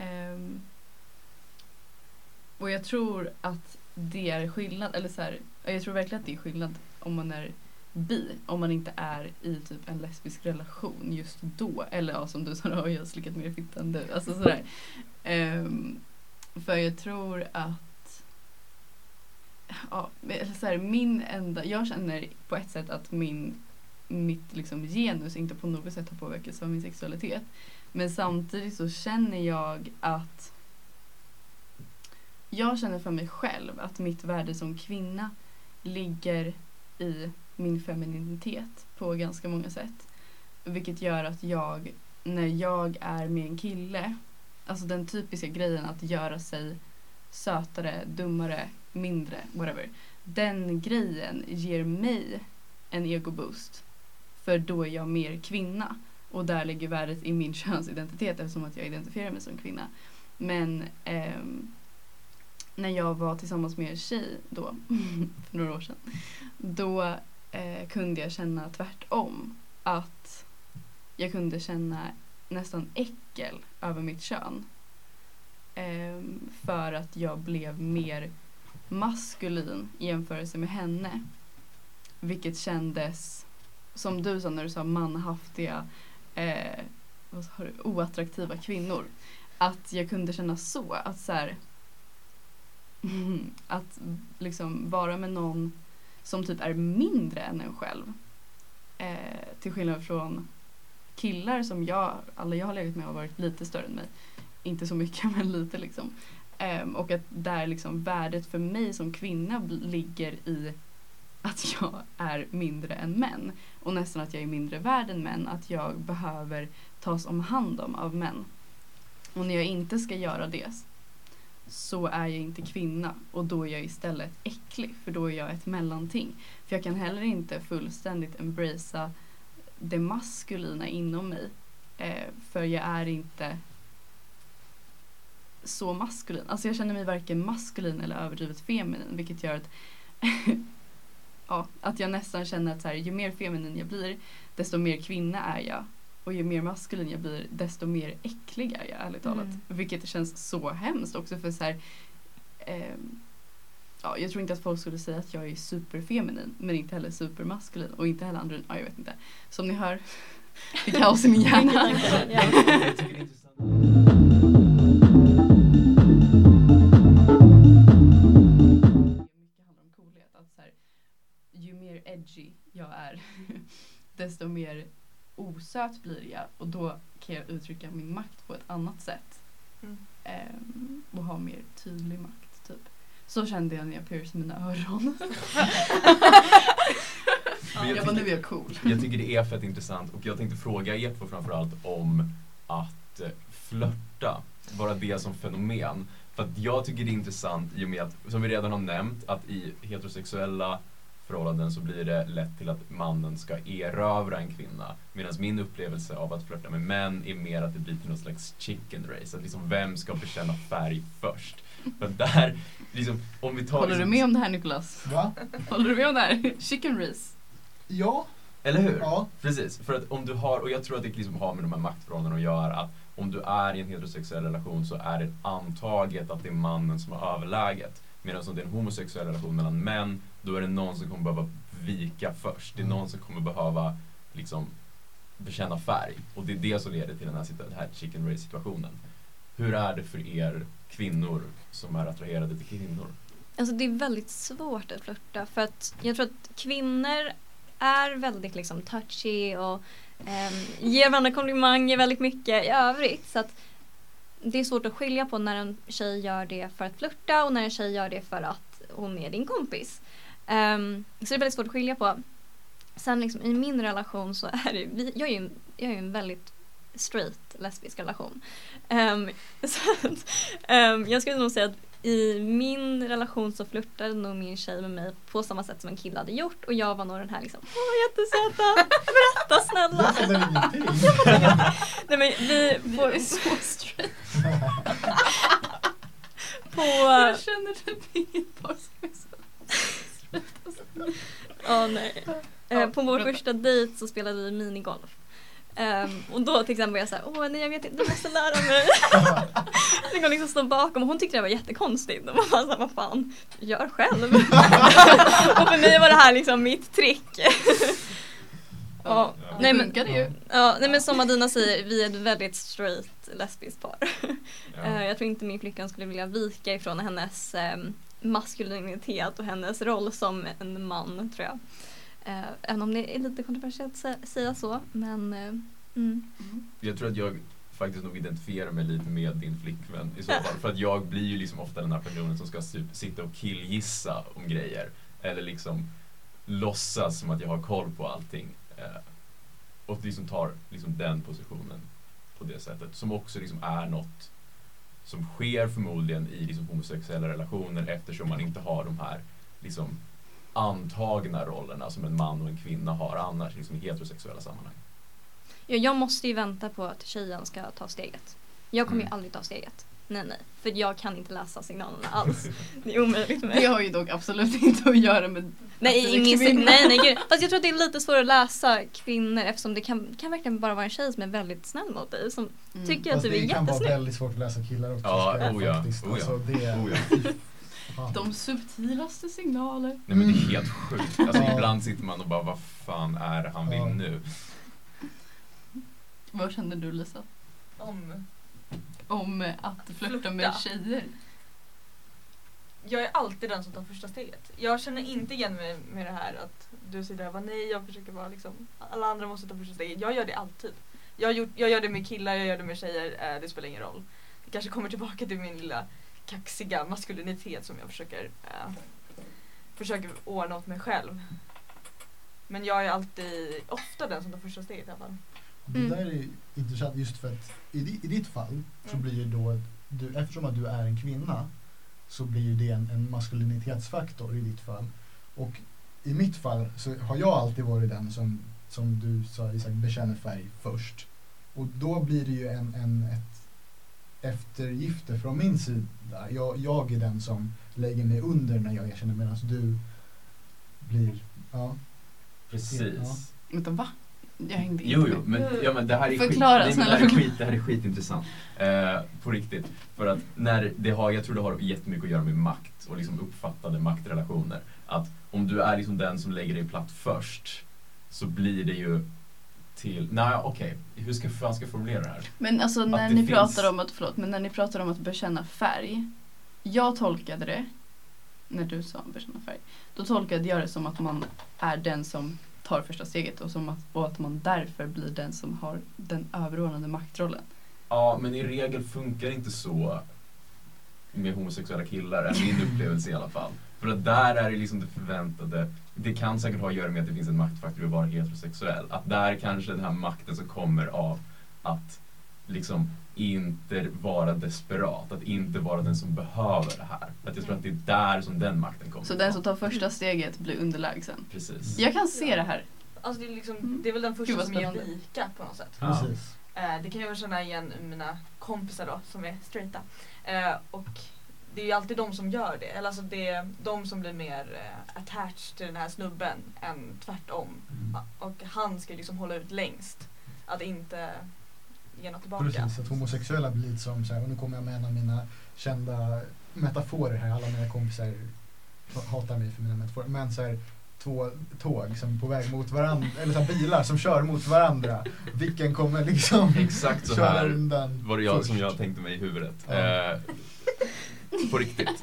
Och jag tror att det är skillnad, eller så här, jag tror verkligen att det är skillnad om man är bi, om man inte är i typ en lesbisk relation just då, eller ja, som du sa, har jag slickat mer fitta än du, alltså sådär. För jag tror att eller så här, jag känner på ett sätt att mitt liksom genus inte på något sätt har påverkats av min sexualitet, men samtidigt så känner jag att jag känner för mig själv att mitt värde som kvinna ligger i min femininitet på ganska många sätt. Vilket gör att när jag är med en kille, alltså den typiska grejen att göra sig sötare, dummare, mindre, whatever. Den grejen ger mig en egoboost. För då är jag mer kvinna. Och där ligger värdet i min könsidentitet eftersom att jag identifierar mig som kvinna. Men när jag var tillsammans med en tjej då, för några år sedan, då kunde jag känna tvärtom. Att jag kunde känna nästan äckel över mitt kön. För att jag blev mer maskulin i jämförelse med henne. Vilket kändes, som du sa när du sa manhaftiga, oattraktiva kvinnor. Att jag kunde känna så, att så här, att liksom vara med någon som typ är mindre än en själv. Till skillnad från killar som alla jag har legat med har varit lite större än mig. Inte så mycket, men lite liksom. Och att där liksom värdet för mig som kvinna ligger i att jag är mindre än män. Och nästan att jag är mindre värd än män. Att jag behöver tas om hand om av män. Och när jag inte ska göra det så är jag inte kvinna. Och då är jag istället äcklig. För då är jag ett mellanting. För jag kan heller inte fullständigt embracea det maskulina inom mig. För jag är inte så maskulin. Alltså jag känner mig varken maskulin eller överdrivet feminin. Vilket gör att att jag nästan känner att så här, ju mer feminin jag blir, desto mer kvinna är jag. Och ju mer maskulin jag blir, desto mer äcklig är jag, ärligt talat. Vilket känns så hemskt också, för så här, jag tror inte att folk skulle säga att jag är superfeminin, men inte heller supermaskulin. Och inte heller andra, jag vet inte. Som ni hör, det är kaos i min hjärna. Jag tycker det är intressant. Ju mer edgy jag är, desto mer osöt blir jag. Och då kan jag uttrycka min makt på ett annat sätt. Och ha mer tydlig makt, typ. Så kände jag när jag piercade mina öron. Jag var nu är jag cool. Jag tycker det är fett intressant. Och jag tänkte fråga er två framförallt om att flörta. Bara det som fenomen. För att jag tycker det är intressant i och med att, som vi redan har nämnt, att i heterosexuella förhållanden så blir det lätt till att mannen ska erövra en kvinna. Medan min upplevelse av att flirta med män är mer att det blir till något slags chicken race. Att liksom vem ska bekänna färg först. För där, liksom, om vi tar Håller liksom, du med om det här, Nicolas? Va? Håller du med om det här? Chicken race. Ja, Eller hur? Ja. Precis, för att om du har, och jag tror att det liksom har med de här maktförhållandena att göra, att om du är i en heterosexuell relation så är det antaget att det är mannen som har överläget. Medan om det är en homosexuell relation mellan män, då är det någon som kommer behöva vika först. Det är någon som kommer behöva liksom bekänna färg. Och det är det som leder till den här chicken race situationen. Hur är det för er kvinnor som är attraherade till kvinnor? Alltså det är väldigt svårt att flirta för att jag tror att kvinnor är väldigt liksom touchy och ger varandra komplimanger väldigt mycket i övrigt. Så att det är svårt att skilja på när en tjej gör det för att flirta och när en tjej gör det för att hon är din kompis. Så det är väldigt svårt att skilja på. Sen liksom, i min relation så är det, jag är ju en väldigt straight lesbisk relation. Så att, jag skulle nog säga att i min relation så flirtade nog min tjej med mig på samma sätt som en kille hade gjort. Och jag var nog den här liksom, jättesöta, berätta snälla. Jag fattar ingenting. Nej men vi är så straight. Jag känner typ inget par som är så straight. Nej. På vår första dejt så spelade vi minigolf. Och då till exempel var jag såhär, nej jag vet inte, du måste lära mig. Det går liksom stå bakom och hon tyckte det var jättekonstigt. Och man var såhär, vad fan, gör själv. Och för mig var det här liksom mitt trick. Nej men som Adina säger, vi är ett väldigt straight lesbiskt par. Jag tror inte min flickan skulle vilja vika ifrån hennes maskulinitet och hennes roll som en man, tror jag. Även om det är lite kontroversiellt att säga så, men Jag tror att jag faktiskt nog identifierar mig lite med din flickvän i så fall, för att jag blir ju liksom ofta den här personen som ska sitta och killgissa om grejer eller liksom låtsas som att jag har koll på allting och liksom tar liksom den positionen på det sättet, som också liksom är något som sker förmodligen i liksom homosexuella relationer, eftersom man inte har de här liksom antagna rollerna som en man och en kvinna har annars liksom i heterosexuella sammanhang. Ja, jag måste ju vänta på att tjejen ska ta steget. Jag kommer ju aldrig ta steget. Nej. För jag kan inte läsa signalerna alls. Det är omöjligt för mig. Det har ju dock absolut inte att göra med Nej, gud. Fast jag tror att det är lite svårt att läsa kvinnor eftersom det kan verkligen bara vara en tjej som är väldigt snäll mot dig. Som tycker att du är jättesnygg. Det kan vara väldigt svårt att läsa killar också. Alltså, de subtilaste signaler. Nej men det är helt sjukt. Alltså ibland sitter man och bara, vad fan är det han vill nu? Vad känner du, Lisa? Om att flirta med tjejer? Jag är alltid den som tar första steget. Jag känner inte igen mig med det här att du säger där, nej jag försöker vara liksom, alla andra måste ta första steget. Jag gör det alltid. Jag gör det med killar, jag gör det med tjejer, det spelar ingen roll. Det kanske kommer tillbaka till min lilla kaxiga maskulinitet som jag försöker ordna åt mig själv. Men jag är alltid ofta den som tar första steget i alla fall. Det där är intressant just för att i ditt fall så blir ju då eftersom att du är en kvinna så blir ju det en maskulinitetsfaktor i ditt fall. Och i mitt fall så har jag alltid varit den som du sa, Isak, bekänner färg först. Och då blir det ju ett eftergifter från min sida. Jag är den som lägger mig under när jag erkänner, medan du blir Precis. Vänta, va? Jag hängde inte Jo, men det här är det här är skitintressant. På riktigt. För att jag tror det har jättemycket att göra med makt och liksom uppfattade maktrelationer. Att om du är liksom den som lägger dig platt först så blir det ju hur ska jag formulera det här? Men alltså när ni pratar om att bekänna färg. Jag tolkade det när du sa bekänna färg. Då tolkade jag det som att man är den som tar första steget och att man därför blir den som har den överordnade maktrollen. Ja, men i regel funkar inte så med homosexuella killar, är min upplevelse i alla fall. För att där är det liksom det förväntade. Det kan säkert ha att göra med att det finns en maktfaktor att vara heterosexuell. Att där kanske den här makten som kommer av att liksom inte vara desperat. Att inte vara den som behöver det här. Att jag tror att det är där som den makten kommer. Så den som tar första steget blir underlägsen. Precis. Jag kan se det här. Alltså det är väl den första som ger vika på något sätt. Precis. Det kan jag känna igen mina kompisar då som är straighta. Och det är ju alltid de som gör det. Eller alltså det är de som blir mer attached till den här snubben än tvärtom. Och han ska liksom hålla ut längst. Att inte ge något tillbaka. Precis, att homosexuella blir lite som så här, och nu kommer jag med en av mina kända metaforer här. Alla mina kompisar hatar mig för mina metaforer. Men så här, 2 tåg som är på väg mot varandra, eller så här, bilar som kör mot varandra. Vilken kommer liksom exakt så köra här undan var det jag först. som jag tänkte mig i huvudet. Ja. På riktigt.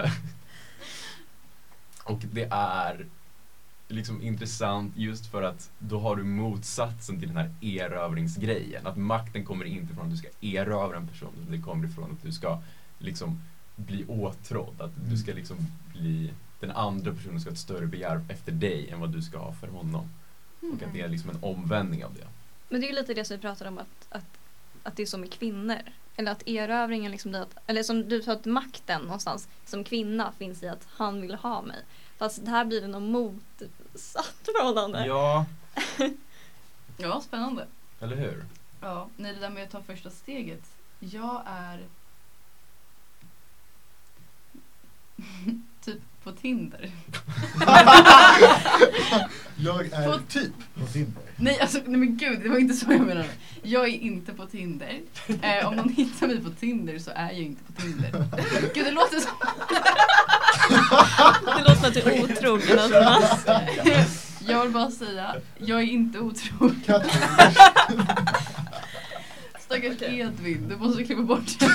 Och det är liksom intressant just för att då har du motsatsen till den här erövringsgrejen. Att makten kommer inte från att du ska erövra en person, utan det kommer ifrån att du ska liksom bli åtrådd. Att du ska liksom bli, den andra personen ska ha ett större begär efter dig än vad du ska ha för honom. Och att det är liksom en omvändning av det. Men det är ju lite det som vi pratar om att det är som med kvinnor. Eller att erövringen liksom blir att, eller som du sa, att makten någonstans som kvinna finns i att han vill ha mig. Fast det här blir det något motsatt förhållande. Ja, Ja, spännande. eller hur? Ja, nej, det där med att ta första steget. Jag är typ på Tinder. Jag är På- typ på Tinder. Nej, alltså, nej men gud, det var inte så jag menade. Jag är inte på Tinder. Om någon hittar mig på Tinder så är jag inte på Tinder. Gud, det låter som... Det låter som att du är otrogen. Alltså. Jag vill bara säga, jag är inte otrogen. Katrin. Stackars Edvin, du måste klippa bort det.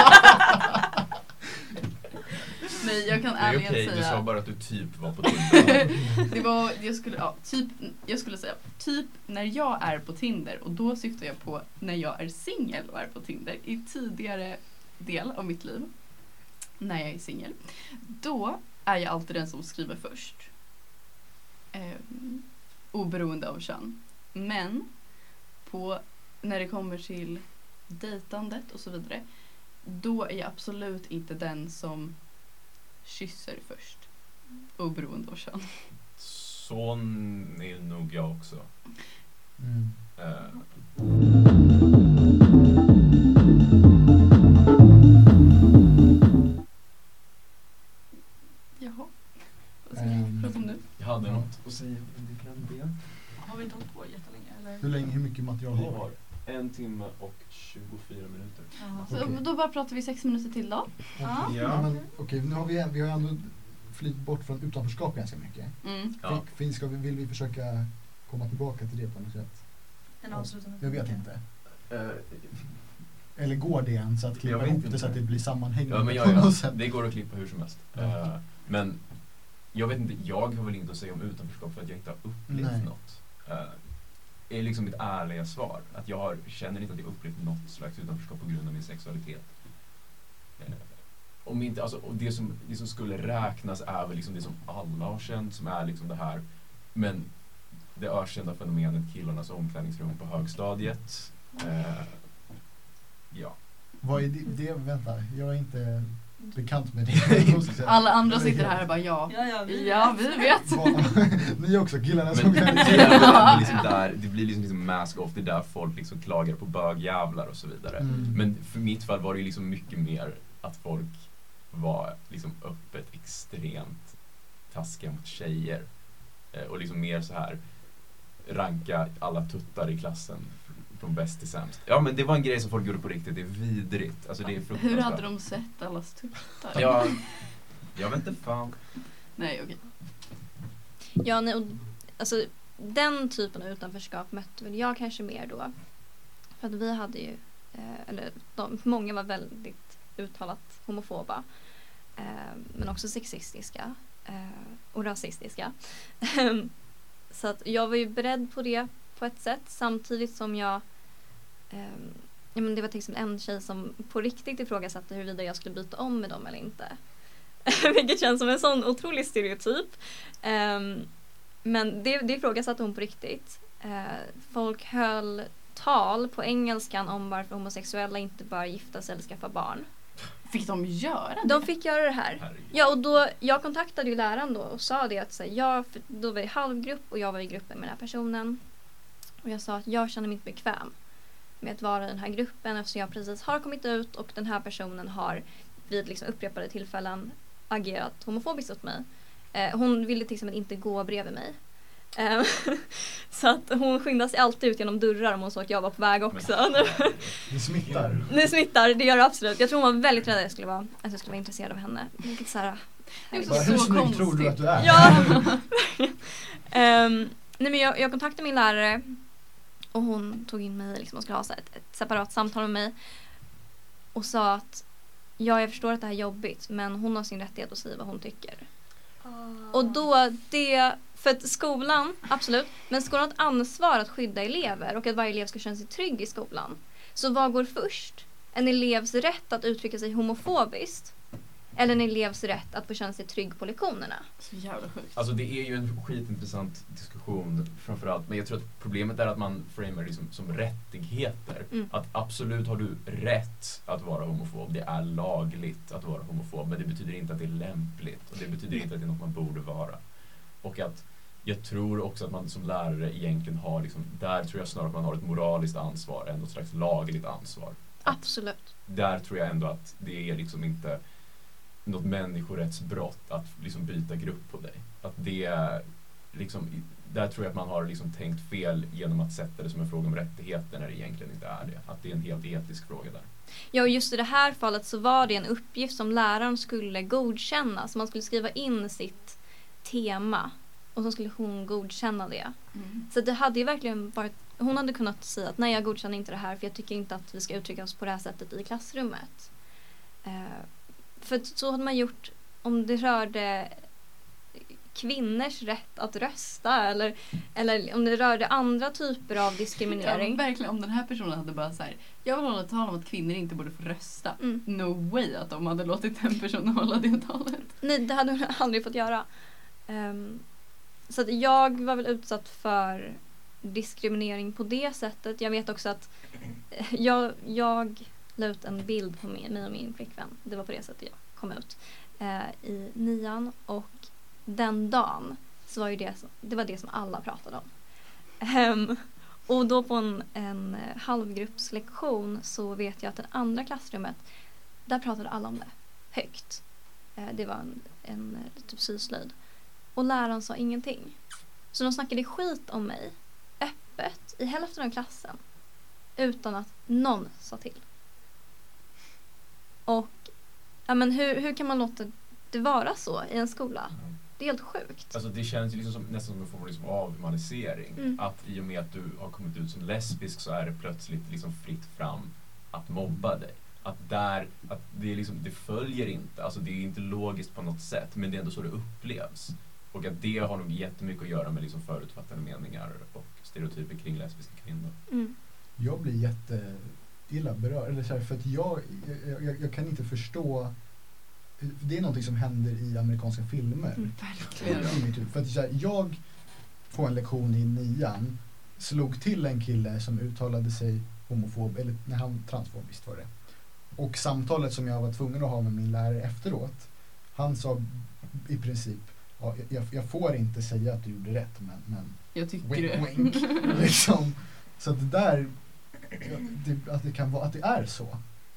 Nej, jag kan Det är ärligen okej, du sa säga. bara att du typ var på Tinder. Det var, jag skulle säga typ när jag är på Tinder, och då syftar jag på när jag är singel och är på Tinder i tidigare del av mitt liv. När jag är singel, då är jag alltid den som skriver först. Oberoende av kön. Men när det kommer till dejtandet och så vidare, då är jag absolut inte den som kysser först. Oberoende av kön. Så är nog jag också. Mm. Jaha. Vad ska jag prata om nu? Jag hade något att säga, men det glömde jag. Har vi inte hållit på jättelänge eller? Hur mycket material Vi har har vi? 1 timme och 24 minuter. Jaha. Så Okej. då bara pratar vi 6 minuter till då. Ja. Ja. Men, okej, nu har vi har ändå flyttat bort från utanförskap ganska mycket. Ja. Vill vi försöka komma tillbaka till det på något sätt? En avslutande Jag vet tanke. inte. Eller går det ens att klippa Jag vet ihop det inte. så att det blir sammanhängande Ja, men på något ja, sätt? det går att klippa hur som helst. Ja. Men jag vet inte, jag har väl inte att säga om utanförskap för att jag inte har upplevt Nej. något. Är liksom mitt ärliga svar. Att känner inte att jag upplevt något slags utanförskap på grund av min sexualitet. Om inte, alltså, och det som skulle räknas är väl liksom det som alla har känt, som är liksom det här. Men det ökända fenomenet killarnas omklädningsrum på högstadiet. Ja. Vad är det? Vänta, jag är inte bekant med det. Alla andra sitter här och bara ja. Ja, Vi vet. Ni också, killarna Men som det, kan är väl liksom där, det blir liksom mask off, det är där folk liksom klagar på bögjävlar och så vidare. Men för mitt fall var det liksom mycket mer att folk var liksom öppet extremt taskiga mot tjejer. Och liksom mer så här ranka alla tuttar i klassen från bäst till sämst. Ja, men det var en grej som folk gjorde på riktigt. Det är vidrigt. Alltså det är fruktansvärt. Hur hade de sett allas tuttar? Ja, jag vet inte fan. Nej, okej. Ja, nej, och, alltså, den typen av utanförskap mötte väl jag kanske mer då. För att vi hade ju, många var väldigt uttalat homofoba. Men också sexistiska och rasistiska. Så att jag var ju beredd på det på ett sätt, samtidigt som jag men det var till exempel en tjej som på riktigt ifrågasatte huruvida jag skulle byta om med dem eller inte. Vilket känns som en sån otrolig stereotyp. Men det ifrågasatte hon på riktigt. Folk höll tal på engelskan om varför homosexuella inte bör gifta sig eller skaffa barn. Fick de göra det? De fick göra det här. Herregud. Ja, och då, jag kontaktade ju läraren då och sa det att så här, då var jag i halvgrupp och jag var i gruppen med den här personen. Och jag sa att jag känner mig inte bekväm med att vara i den här gruppen eftersom jag precis har kommit ut och den här personen har vid liksom upprepade tillfällen agerat homofobiskt åt mig. Hon ville till exempel inte gå bredvid mig. Så att hon skyndade sig alltid ut genom dörrar om hon såg att jag var på väg också. Det smittar. Det smittar, det gör det absolut. Jag tror hon var väldigt rädd att jag skulle vara intresserad av henne. Vilket så här, Hur snygg tror du att du är? Ja. Nej, men jag kontaktade min lärare och hon tog in mig liksom och skulle ha så ett separat samtal med mig och sa att jag förstår att det här är jobbigt, men hon har sin rättighet att säga vad hon tycker. Och då för att skolan, absolut, men skolan har ett ansvar att skydda elever och att varje elev ska känna sig trygg i skolan. Så vad går först? En elevs rätt att uttrycka sig homofobiskt eller en elevs rätt att få känna sig trygg på lektionerna? Så jävla sjukt. Alltså det är ju en skitintressant diskussion framförallt, men jag tror att problemet är att man framar liksom som rättigheter. Att absolut har du rätt att vara homofob, det är lagligt att vara homofob, men det betyder inte att det är lämpligt och det betyder inte att det är något man borde vara. Och att jag tror också att man som lärare egentligen har liksom, där tror jag snarare att man har ett moraliskt ansvar än något slags lagligt ansvar. Absolut. Där tror jag ändå att det är liksom inte något människorättsbrott att liksom byta grupp på dig. Att det liksom, där tror jag att man har liksom tänkt fel genom att sätta det som en fråga om rättigheter när det egentligen inte är det. Att det är en helt etisk fråga där. Ja, och just i det här fallet så var det en uppgift som läraren skulle godkänna. Så man skulle skriva in sitt tema och så skulle hon godkänna det. Så det hade ju verkligen varit, hon hade kunnat säga att nej, jag godkänner inte det här för jag tycker inte att vi ska uttrycka oss på det här sättet i klassrummet. För så hade man gjort om det rörde kvinnors rätt att rösta eller om det rörde andra typer av diskriminering. Ja, verkligen, om den här personen hade bara så här: jag vill hålla tal om att kvinnor inte borde få rösta. No way att de hade låtit den personen hålla det talet. Nej, det hade hon aldrig fått göra. Så att jag var väl utsatt för diskriminering på det sättet. Jag vet också att jag la ut en bild på mig och min flickvän. Det var på det sättet jag kom ut i 9:an, och den dagen så var ju det var det som alla pratade om. Och då på en halvgruppslektion så vet jag att det andra klassrummet, där pratade alla om det högt. Det var en typ syslöjd. Och läraren sa ingenting. Så de snackade skit om mig öppet i hälften av klassen utan att någon sa till. Och ja, men hur kan man låta det vara så i en skola? Det är helt sjukt. Alltså det känns ju liksom nästan som en form av liksom avhumanisering. Att i och med att du har kommit ut som lesbisk så är det plötsligt liksom fritt fram att mobba dig. Att det, är liksom, det följer inte, alltså det är inte logiskt på något sätt, men det är ändå så det upplevs. Och att det har nog jättemycket att göra med liksom förutfattade meningar och stereotyper kring lesbiska kvinnor. Jag blir jätteilla berörd, eller så här, för att jag kan inte förstå. Det är någonting som händer i amerikanska filmer. Verkligen. För att så här, jag på en lektion i 9:an slog till en kille som uttalade sig homofob, eller när han transfobiskt var det. Och samtalet som jag var tvungen att ha med min lärare efteråt, han sa i princip, ja, jag får inte säga att du gjorde rätt, men jag tycker wink, liksom. Så att det där, att det kan vara, att det är så.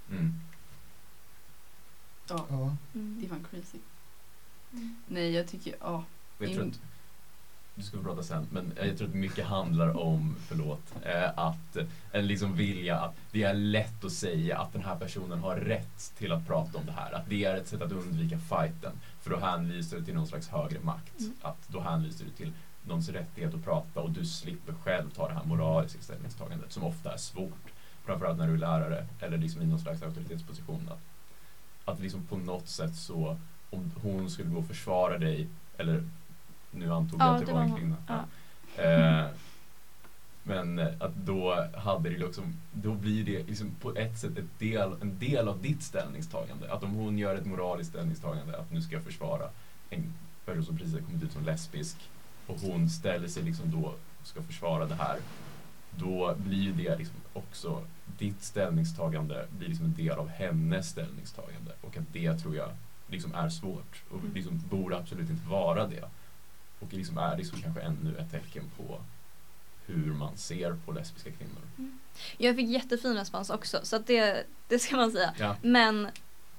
Ja. Det är fan crazy. Nej, jag tycker, Jag tror att, du ska prata sen, men jag tror att mycket handlar om, att en liksom vilja att det är lätt att säga att den här personen har rätt till att prata om det här. Att det är ett sätt att undvika fighten. För då hänvisar du till någon slags högre makt. Att då hänvisar du till någons rättighet att prata och du slipper själv ta det här moraliska ställningstagandet som ofta är svårt. Framförallt när du är lärare eller liksom i någon slags auktoritetsposition. Att liksom på något sätt så, om hon skulle gå och försvara dig, eller nu antog jag att det var en kvinna. Ja. Men att då hade det liksom, då blir det liksom på ett sätt en del av ditt ställningstagande. Att om hon gör ett moraliskt ställningstagande, att nu ska jag försvara en person som precis har kommit ut som lesbisk, och hon ställer sig liksom då och ska försvara det här, då blir det liksom också, ditt ställningstagande blir liksom en del av hennes ställningstagande, och att det tror jag liksom är svårt och liksom borde absolut inte vara det, och liksom är liksom kanske ännu ett tecken på hur man ser på lesbiska kvinnor. Jag fick jättefin respons också, så att det ska man säga. Ja. Men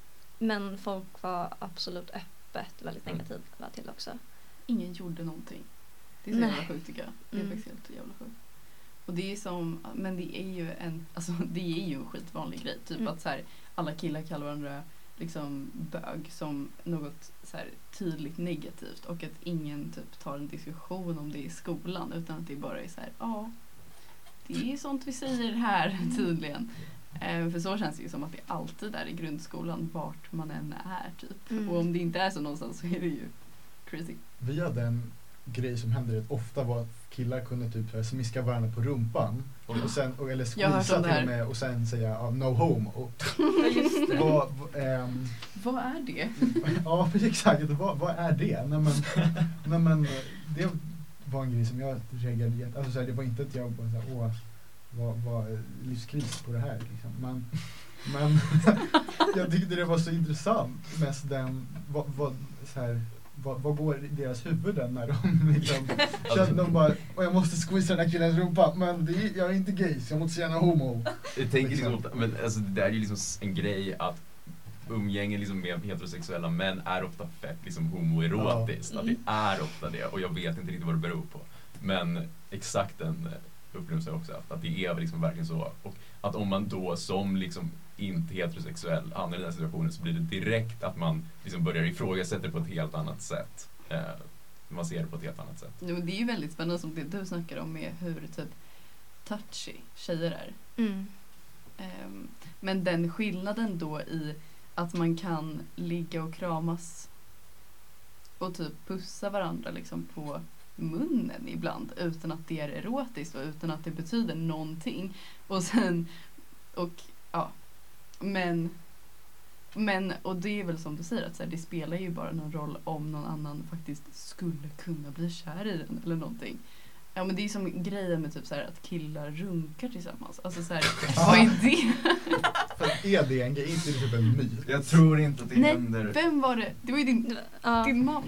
Men folk var absolut öppet väldigt negativa till också. Ingen gjorde någonting. Det är så Nej. jävla sjukt tycker jag. Det är faktiskt helt jävla sjukt. Och det är som, men det är ju en skitvanlig grej. Typ att så här, alla killar kallar varandra liksom bög som något så här tydligt negativt. Och att ingen typ tar en diskussion om det i skolan. Utan att det bara är så här, ja. Det är sånt vi säger här tydligen. För så känns det ju som att det alltid är i grundskolan vart man än är typ. Och om det inte är så någonstans så är det ju crazy. Vi hade en grej som hände rätt ofta var att killar kunde typ så här smiska varandra på rumpan och sen, eller Jag har hört squeeza om det här. till och med och sen säga no homo. Just det. Vad är det? Ja, exakt. Vad är det? Nej, men det var en grej som jag reagerade. Alltså så här, det var inte att jag bara så här, vad livskris på det här liksom. Men jag tyckte det var så intressant mest den vad går i deras huvuden när de liksom känner de bara jag måste squeeza den här killens rumpa men jag är inte gay så jag måste känna homo. Jag tänker liksom, men alltså det där är ju liksom en grej att umgängen liksom med heterosexuella män är ofta fett liksom homoerotiskt. Att det är ofta det och jag vet inte riktigt vad det beror på. Men exakt den upplevelsen jag också haft, att det är liksom verkligen så. Och att om man då som liksom inte heterosexuell hamnar i den här situationen så blir det direkt att man liksom börjar ifrågasätta på ett helt annat sätt. Man ser det på ett helt annat sätt. Ja, men det är ju väldigt spännande som det du snackar om med hur typ touchy tjejer är. Men den skillnaden då i att man kan ligga och kramas och typ pussa varandra liksom på munnen ibland utan att det är erotiskt och utan att det betyder någonting. Och sen, men och det är väl som du säger att så här, det spelar ju bara någon roll om någon annan faktiskt skulle kunna bli kär i den eller någonting. Ja men det är som grejen med typ så här att killar runkar tillsammans. Alltså så här, vad är det? För är det en grej? Inte typ en myt? Jag tror inte att det Nej, händer. vem var det? Det var ju din mamma.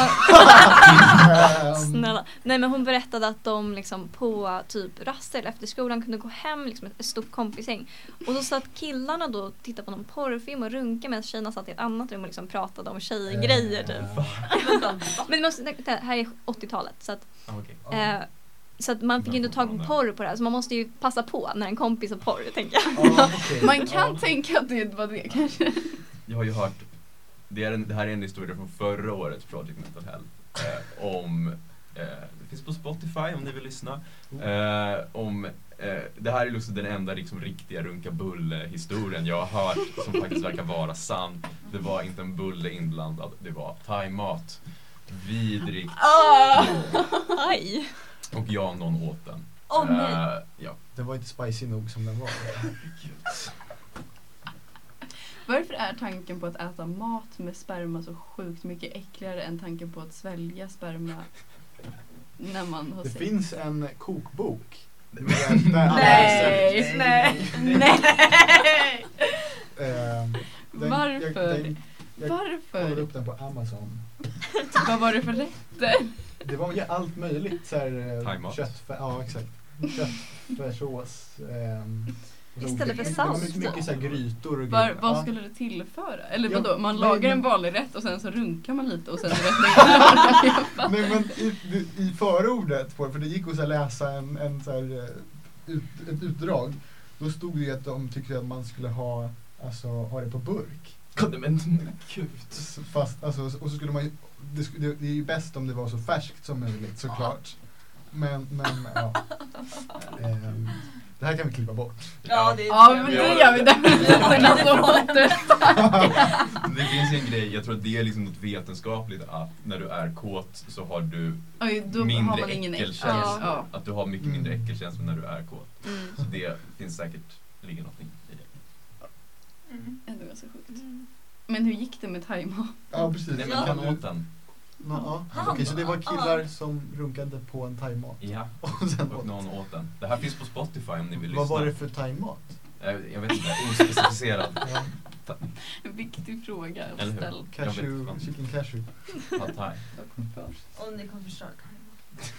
Snälla. Nej men hon berättade att de liksom på typ raster efter skolan kunde gå hem liksom ett stort kompisgäng. Och så satt killarna då och tittade på någon porrfilm och runkade medan tjejerna satt i ett annat rum och liksom pratade om tjejgrejer typ. Men det här är 80-talet så att så att man fick ju inte tag på porr på det här. Så man måste ju passa på när en kompis har porr, tänker jag. Man kan tänka att det var det kanske. Jag har ju hört, det här är en historia från förra årets Project Mental Health. Det finns på Spotify om ni vill lyssna. Det här är liksom den enda liksom riktiga runka-bulle-historien jag har hört som faktiskt verkar vara sann. Det var inte en bulle inblandad, det var thai-mat. Vidrigt. Aj. Och någon åt den. Ja. Det var inte spicy nog som den var. Varför är tanken på att äta mat med sperma så sjukt mycket äckligare än tanken på att svälja sperma när man har Det sex? finns en kokbok. Nej. Jag kollade upp den på Amazon. Vad var det för rätter? Det var ju allt möjligt så här Thai-mat. ja exakt. Köttfärssås. Istället för Det salt. var mycket så här grytor och grejer. Vad skulle det tillföra? Eller Ja, vadå? Man nej, lagar en men- vanlig rätt och sen så runkar man lite och sen rätt. Nej men i förordet för det gick att så här läsa en så här, ett utdrag. Då stod det ju att de tyckte att man skulle ha det på burk. Men gud. Fast, och så skulle man ju, det är ju bäst om det var så färskt som möjligt såklart. Men ja. Det här kan vi klippa bort. Ja, det Ja, men det gör vi definitivt. Det finns ju en grej, jag tror att det är liksom något vetenskapligt att när du är kåt så har du Då mindre har man ingen äckelkänsla. Ja. Att du har mycket mindre Mm. äckelkänsla när du är kåt. Så det finns säkert, ligger något i det. Ändå ganska sjukt. Men hur gick det med thai-mat? Ja precis. Nej men kan åt den. Okej, så det var killar som runkade på en thaimat. Ja, Och sen och någon åt den. Det här finns på Spotify om ni vill lyssna. vad var det för thaimat? Jag vet inte, ospecificerad. En viktig fråga att Eller hur? ställa. Jag vet Cashew, fan. chicken cashew. Pad thai. Om ni kommer förstöra.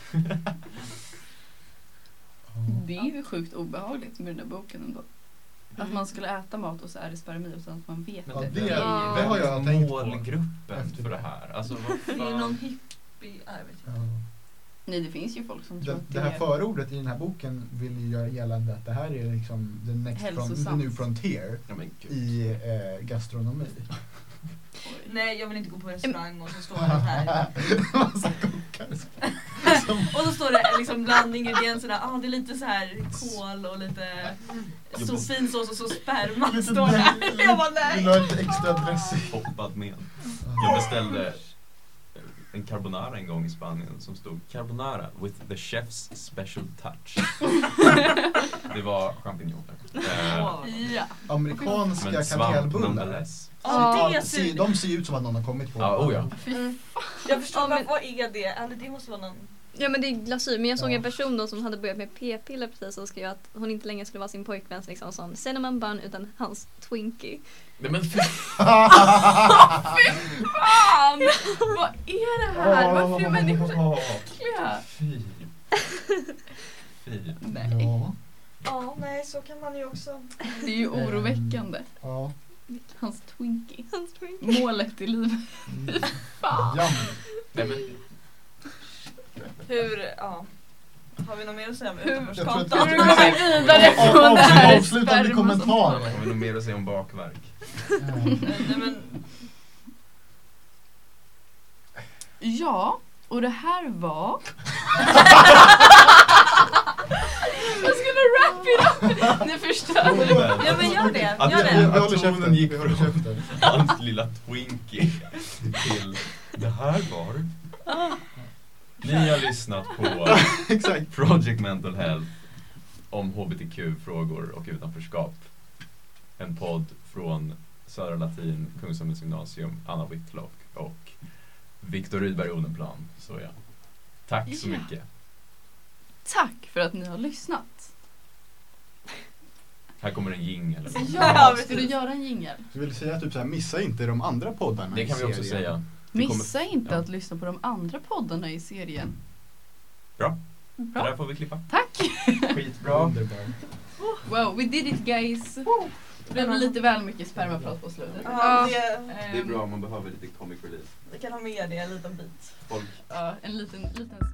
Det är ju sjukt obehagligt med den där boken ändå. Att man skulle äta mat och så är det spermi utan att man vet Men det. det har jag vem är tänkt på. målgruppen för det här? Alltså vad Det är fan? någon hippie, jag vet inte. Ja. Nej, det finns ju folk som tror att Det här förordet i den här boken vill ju göra gällande att det här är liksom the new frontier Ja, men gud. i gastronomi. Nej, jag vill inte gå på restaurang och så står det här. Massa kockar. Och så står det liksom bland ingredienserna, det är lite så här kål och lite så fin sås och så sperma står det. Jag bara Vill nej. du ha lite extra dressing? Hoppad med. Jag beställde en carbonara en gång i Spanien som stod carbonara with the chef's special touch. Det var champinjoner. Ja. Amerikanska Men svamp kanelbullar. nonetheless. De ser ut som att någon har kommit på. Ja, ja. Jag förstår Ja, men- vad är det? Eller det måste vara någon. Ja men det är glasyr, men jag såg Ja. en person då som hade börjat med p-piller precis och skrev att hon inte längre skulle vara sin pojkväns liksom sån cinnamon bun utan hans Twinkie. Nej men fy Fan! Vad är det här? Varför är människor så äckliga? Fy. Fy. Nej, Ja. Ja, nej så kan man ju också. det är ju oroväckande. Ja. Hans Twinkie. Hans Twinkie. Målet i livet. Fan. Jam. Nej men Har vi något mer att säga om Hur- Jag tror utanförskap att- då? Hur går vi vidare från det här Avslutande sperma kommentarer. har vi nog mer att säga om bakverk? Nej men, Ja, och det här var... Jag skulle wrap it up! Ni förstörde det. ja men gör det, Att gör jag- det. Vi håller tonen käften. gick Vi håller från- käften. Hans lilla Twinkie till det här var. Ni har lyssnat på Exakt. Project Mental Health om HBTQ-frågor och utanförskap. En podd från Södra Latin, Kungsholmens gymnasium, Anna Whitlock och Viktor Rydberg Odenplan. Så ja. Tack så Ja. mycket. Tack för att ni har lyssnat. Här kommer en jingle. Ja, ska du göra en jingle? Så vill säga typ så här, missa inte de andra poddarna Det i kan vi också serien. säga. Det kommer- Missa inte ja. att lyssna på de andra poddarna i serien. Bra. Det Bra. där får vi klippa. Tack! Skitbra. Underbart. Wow, we did it guys. Det blev lite väl mycket spermaprat på slutet. Ja, Det är bra, man behöver lite comic relief. vi kan ha med det en liten bit. Folk Ja, en liten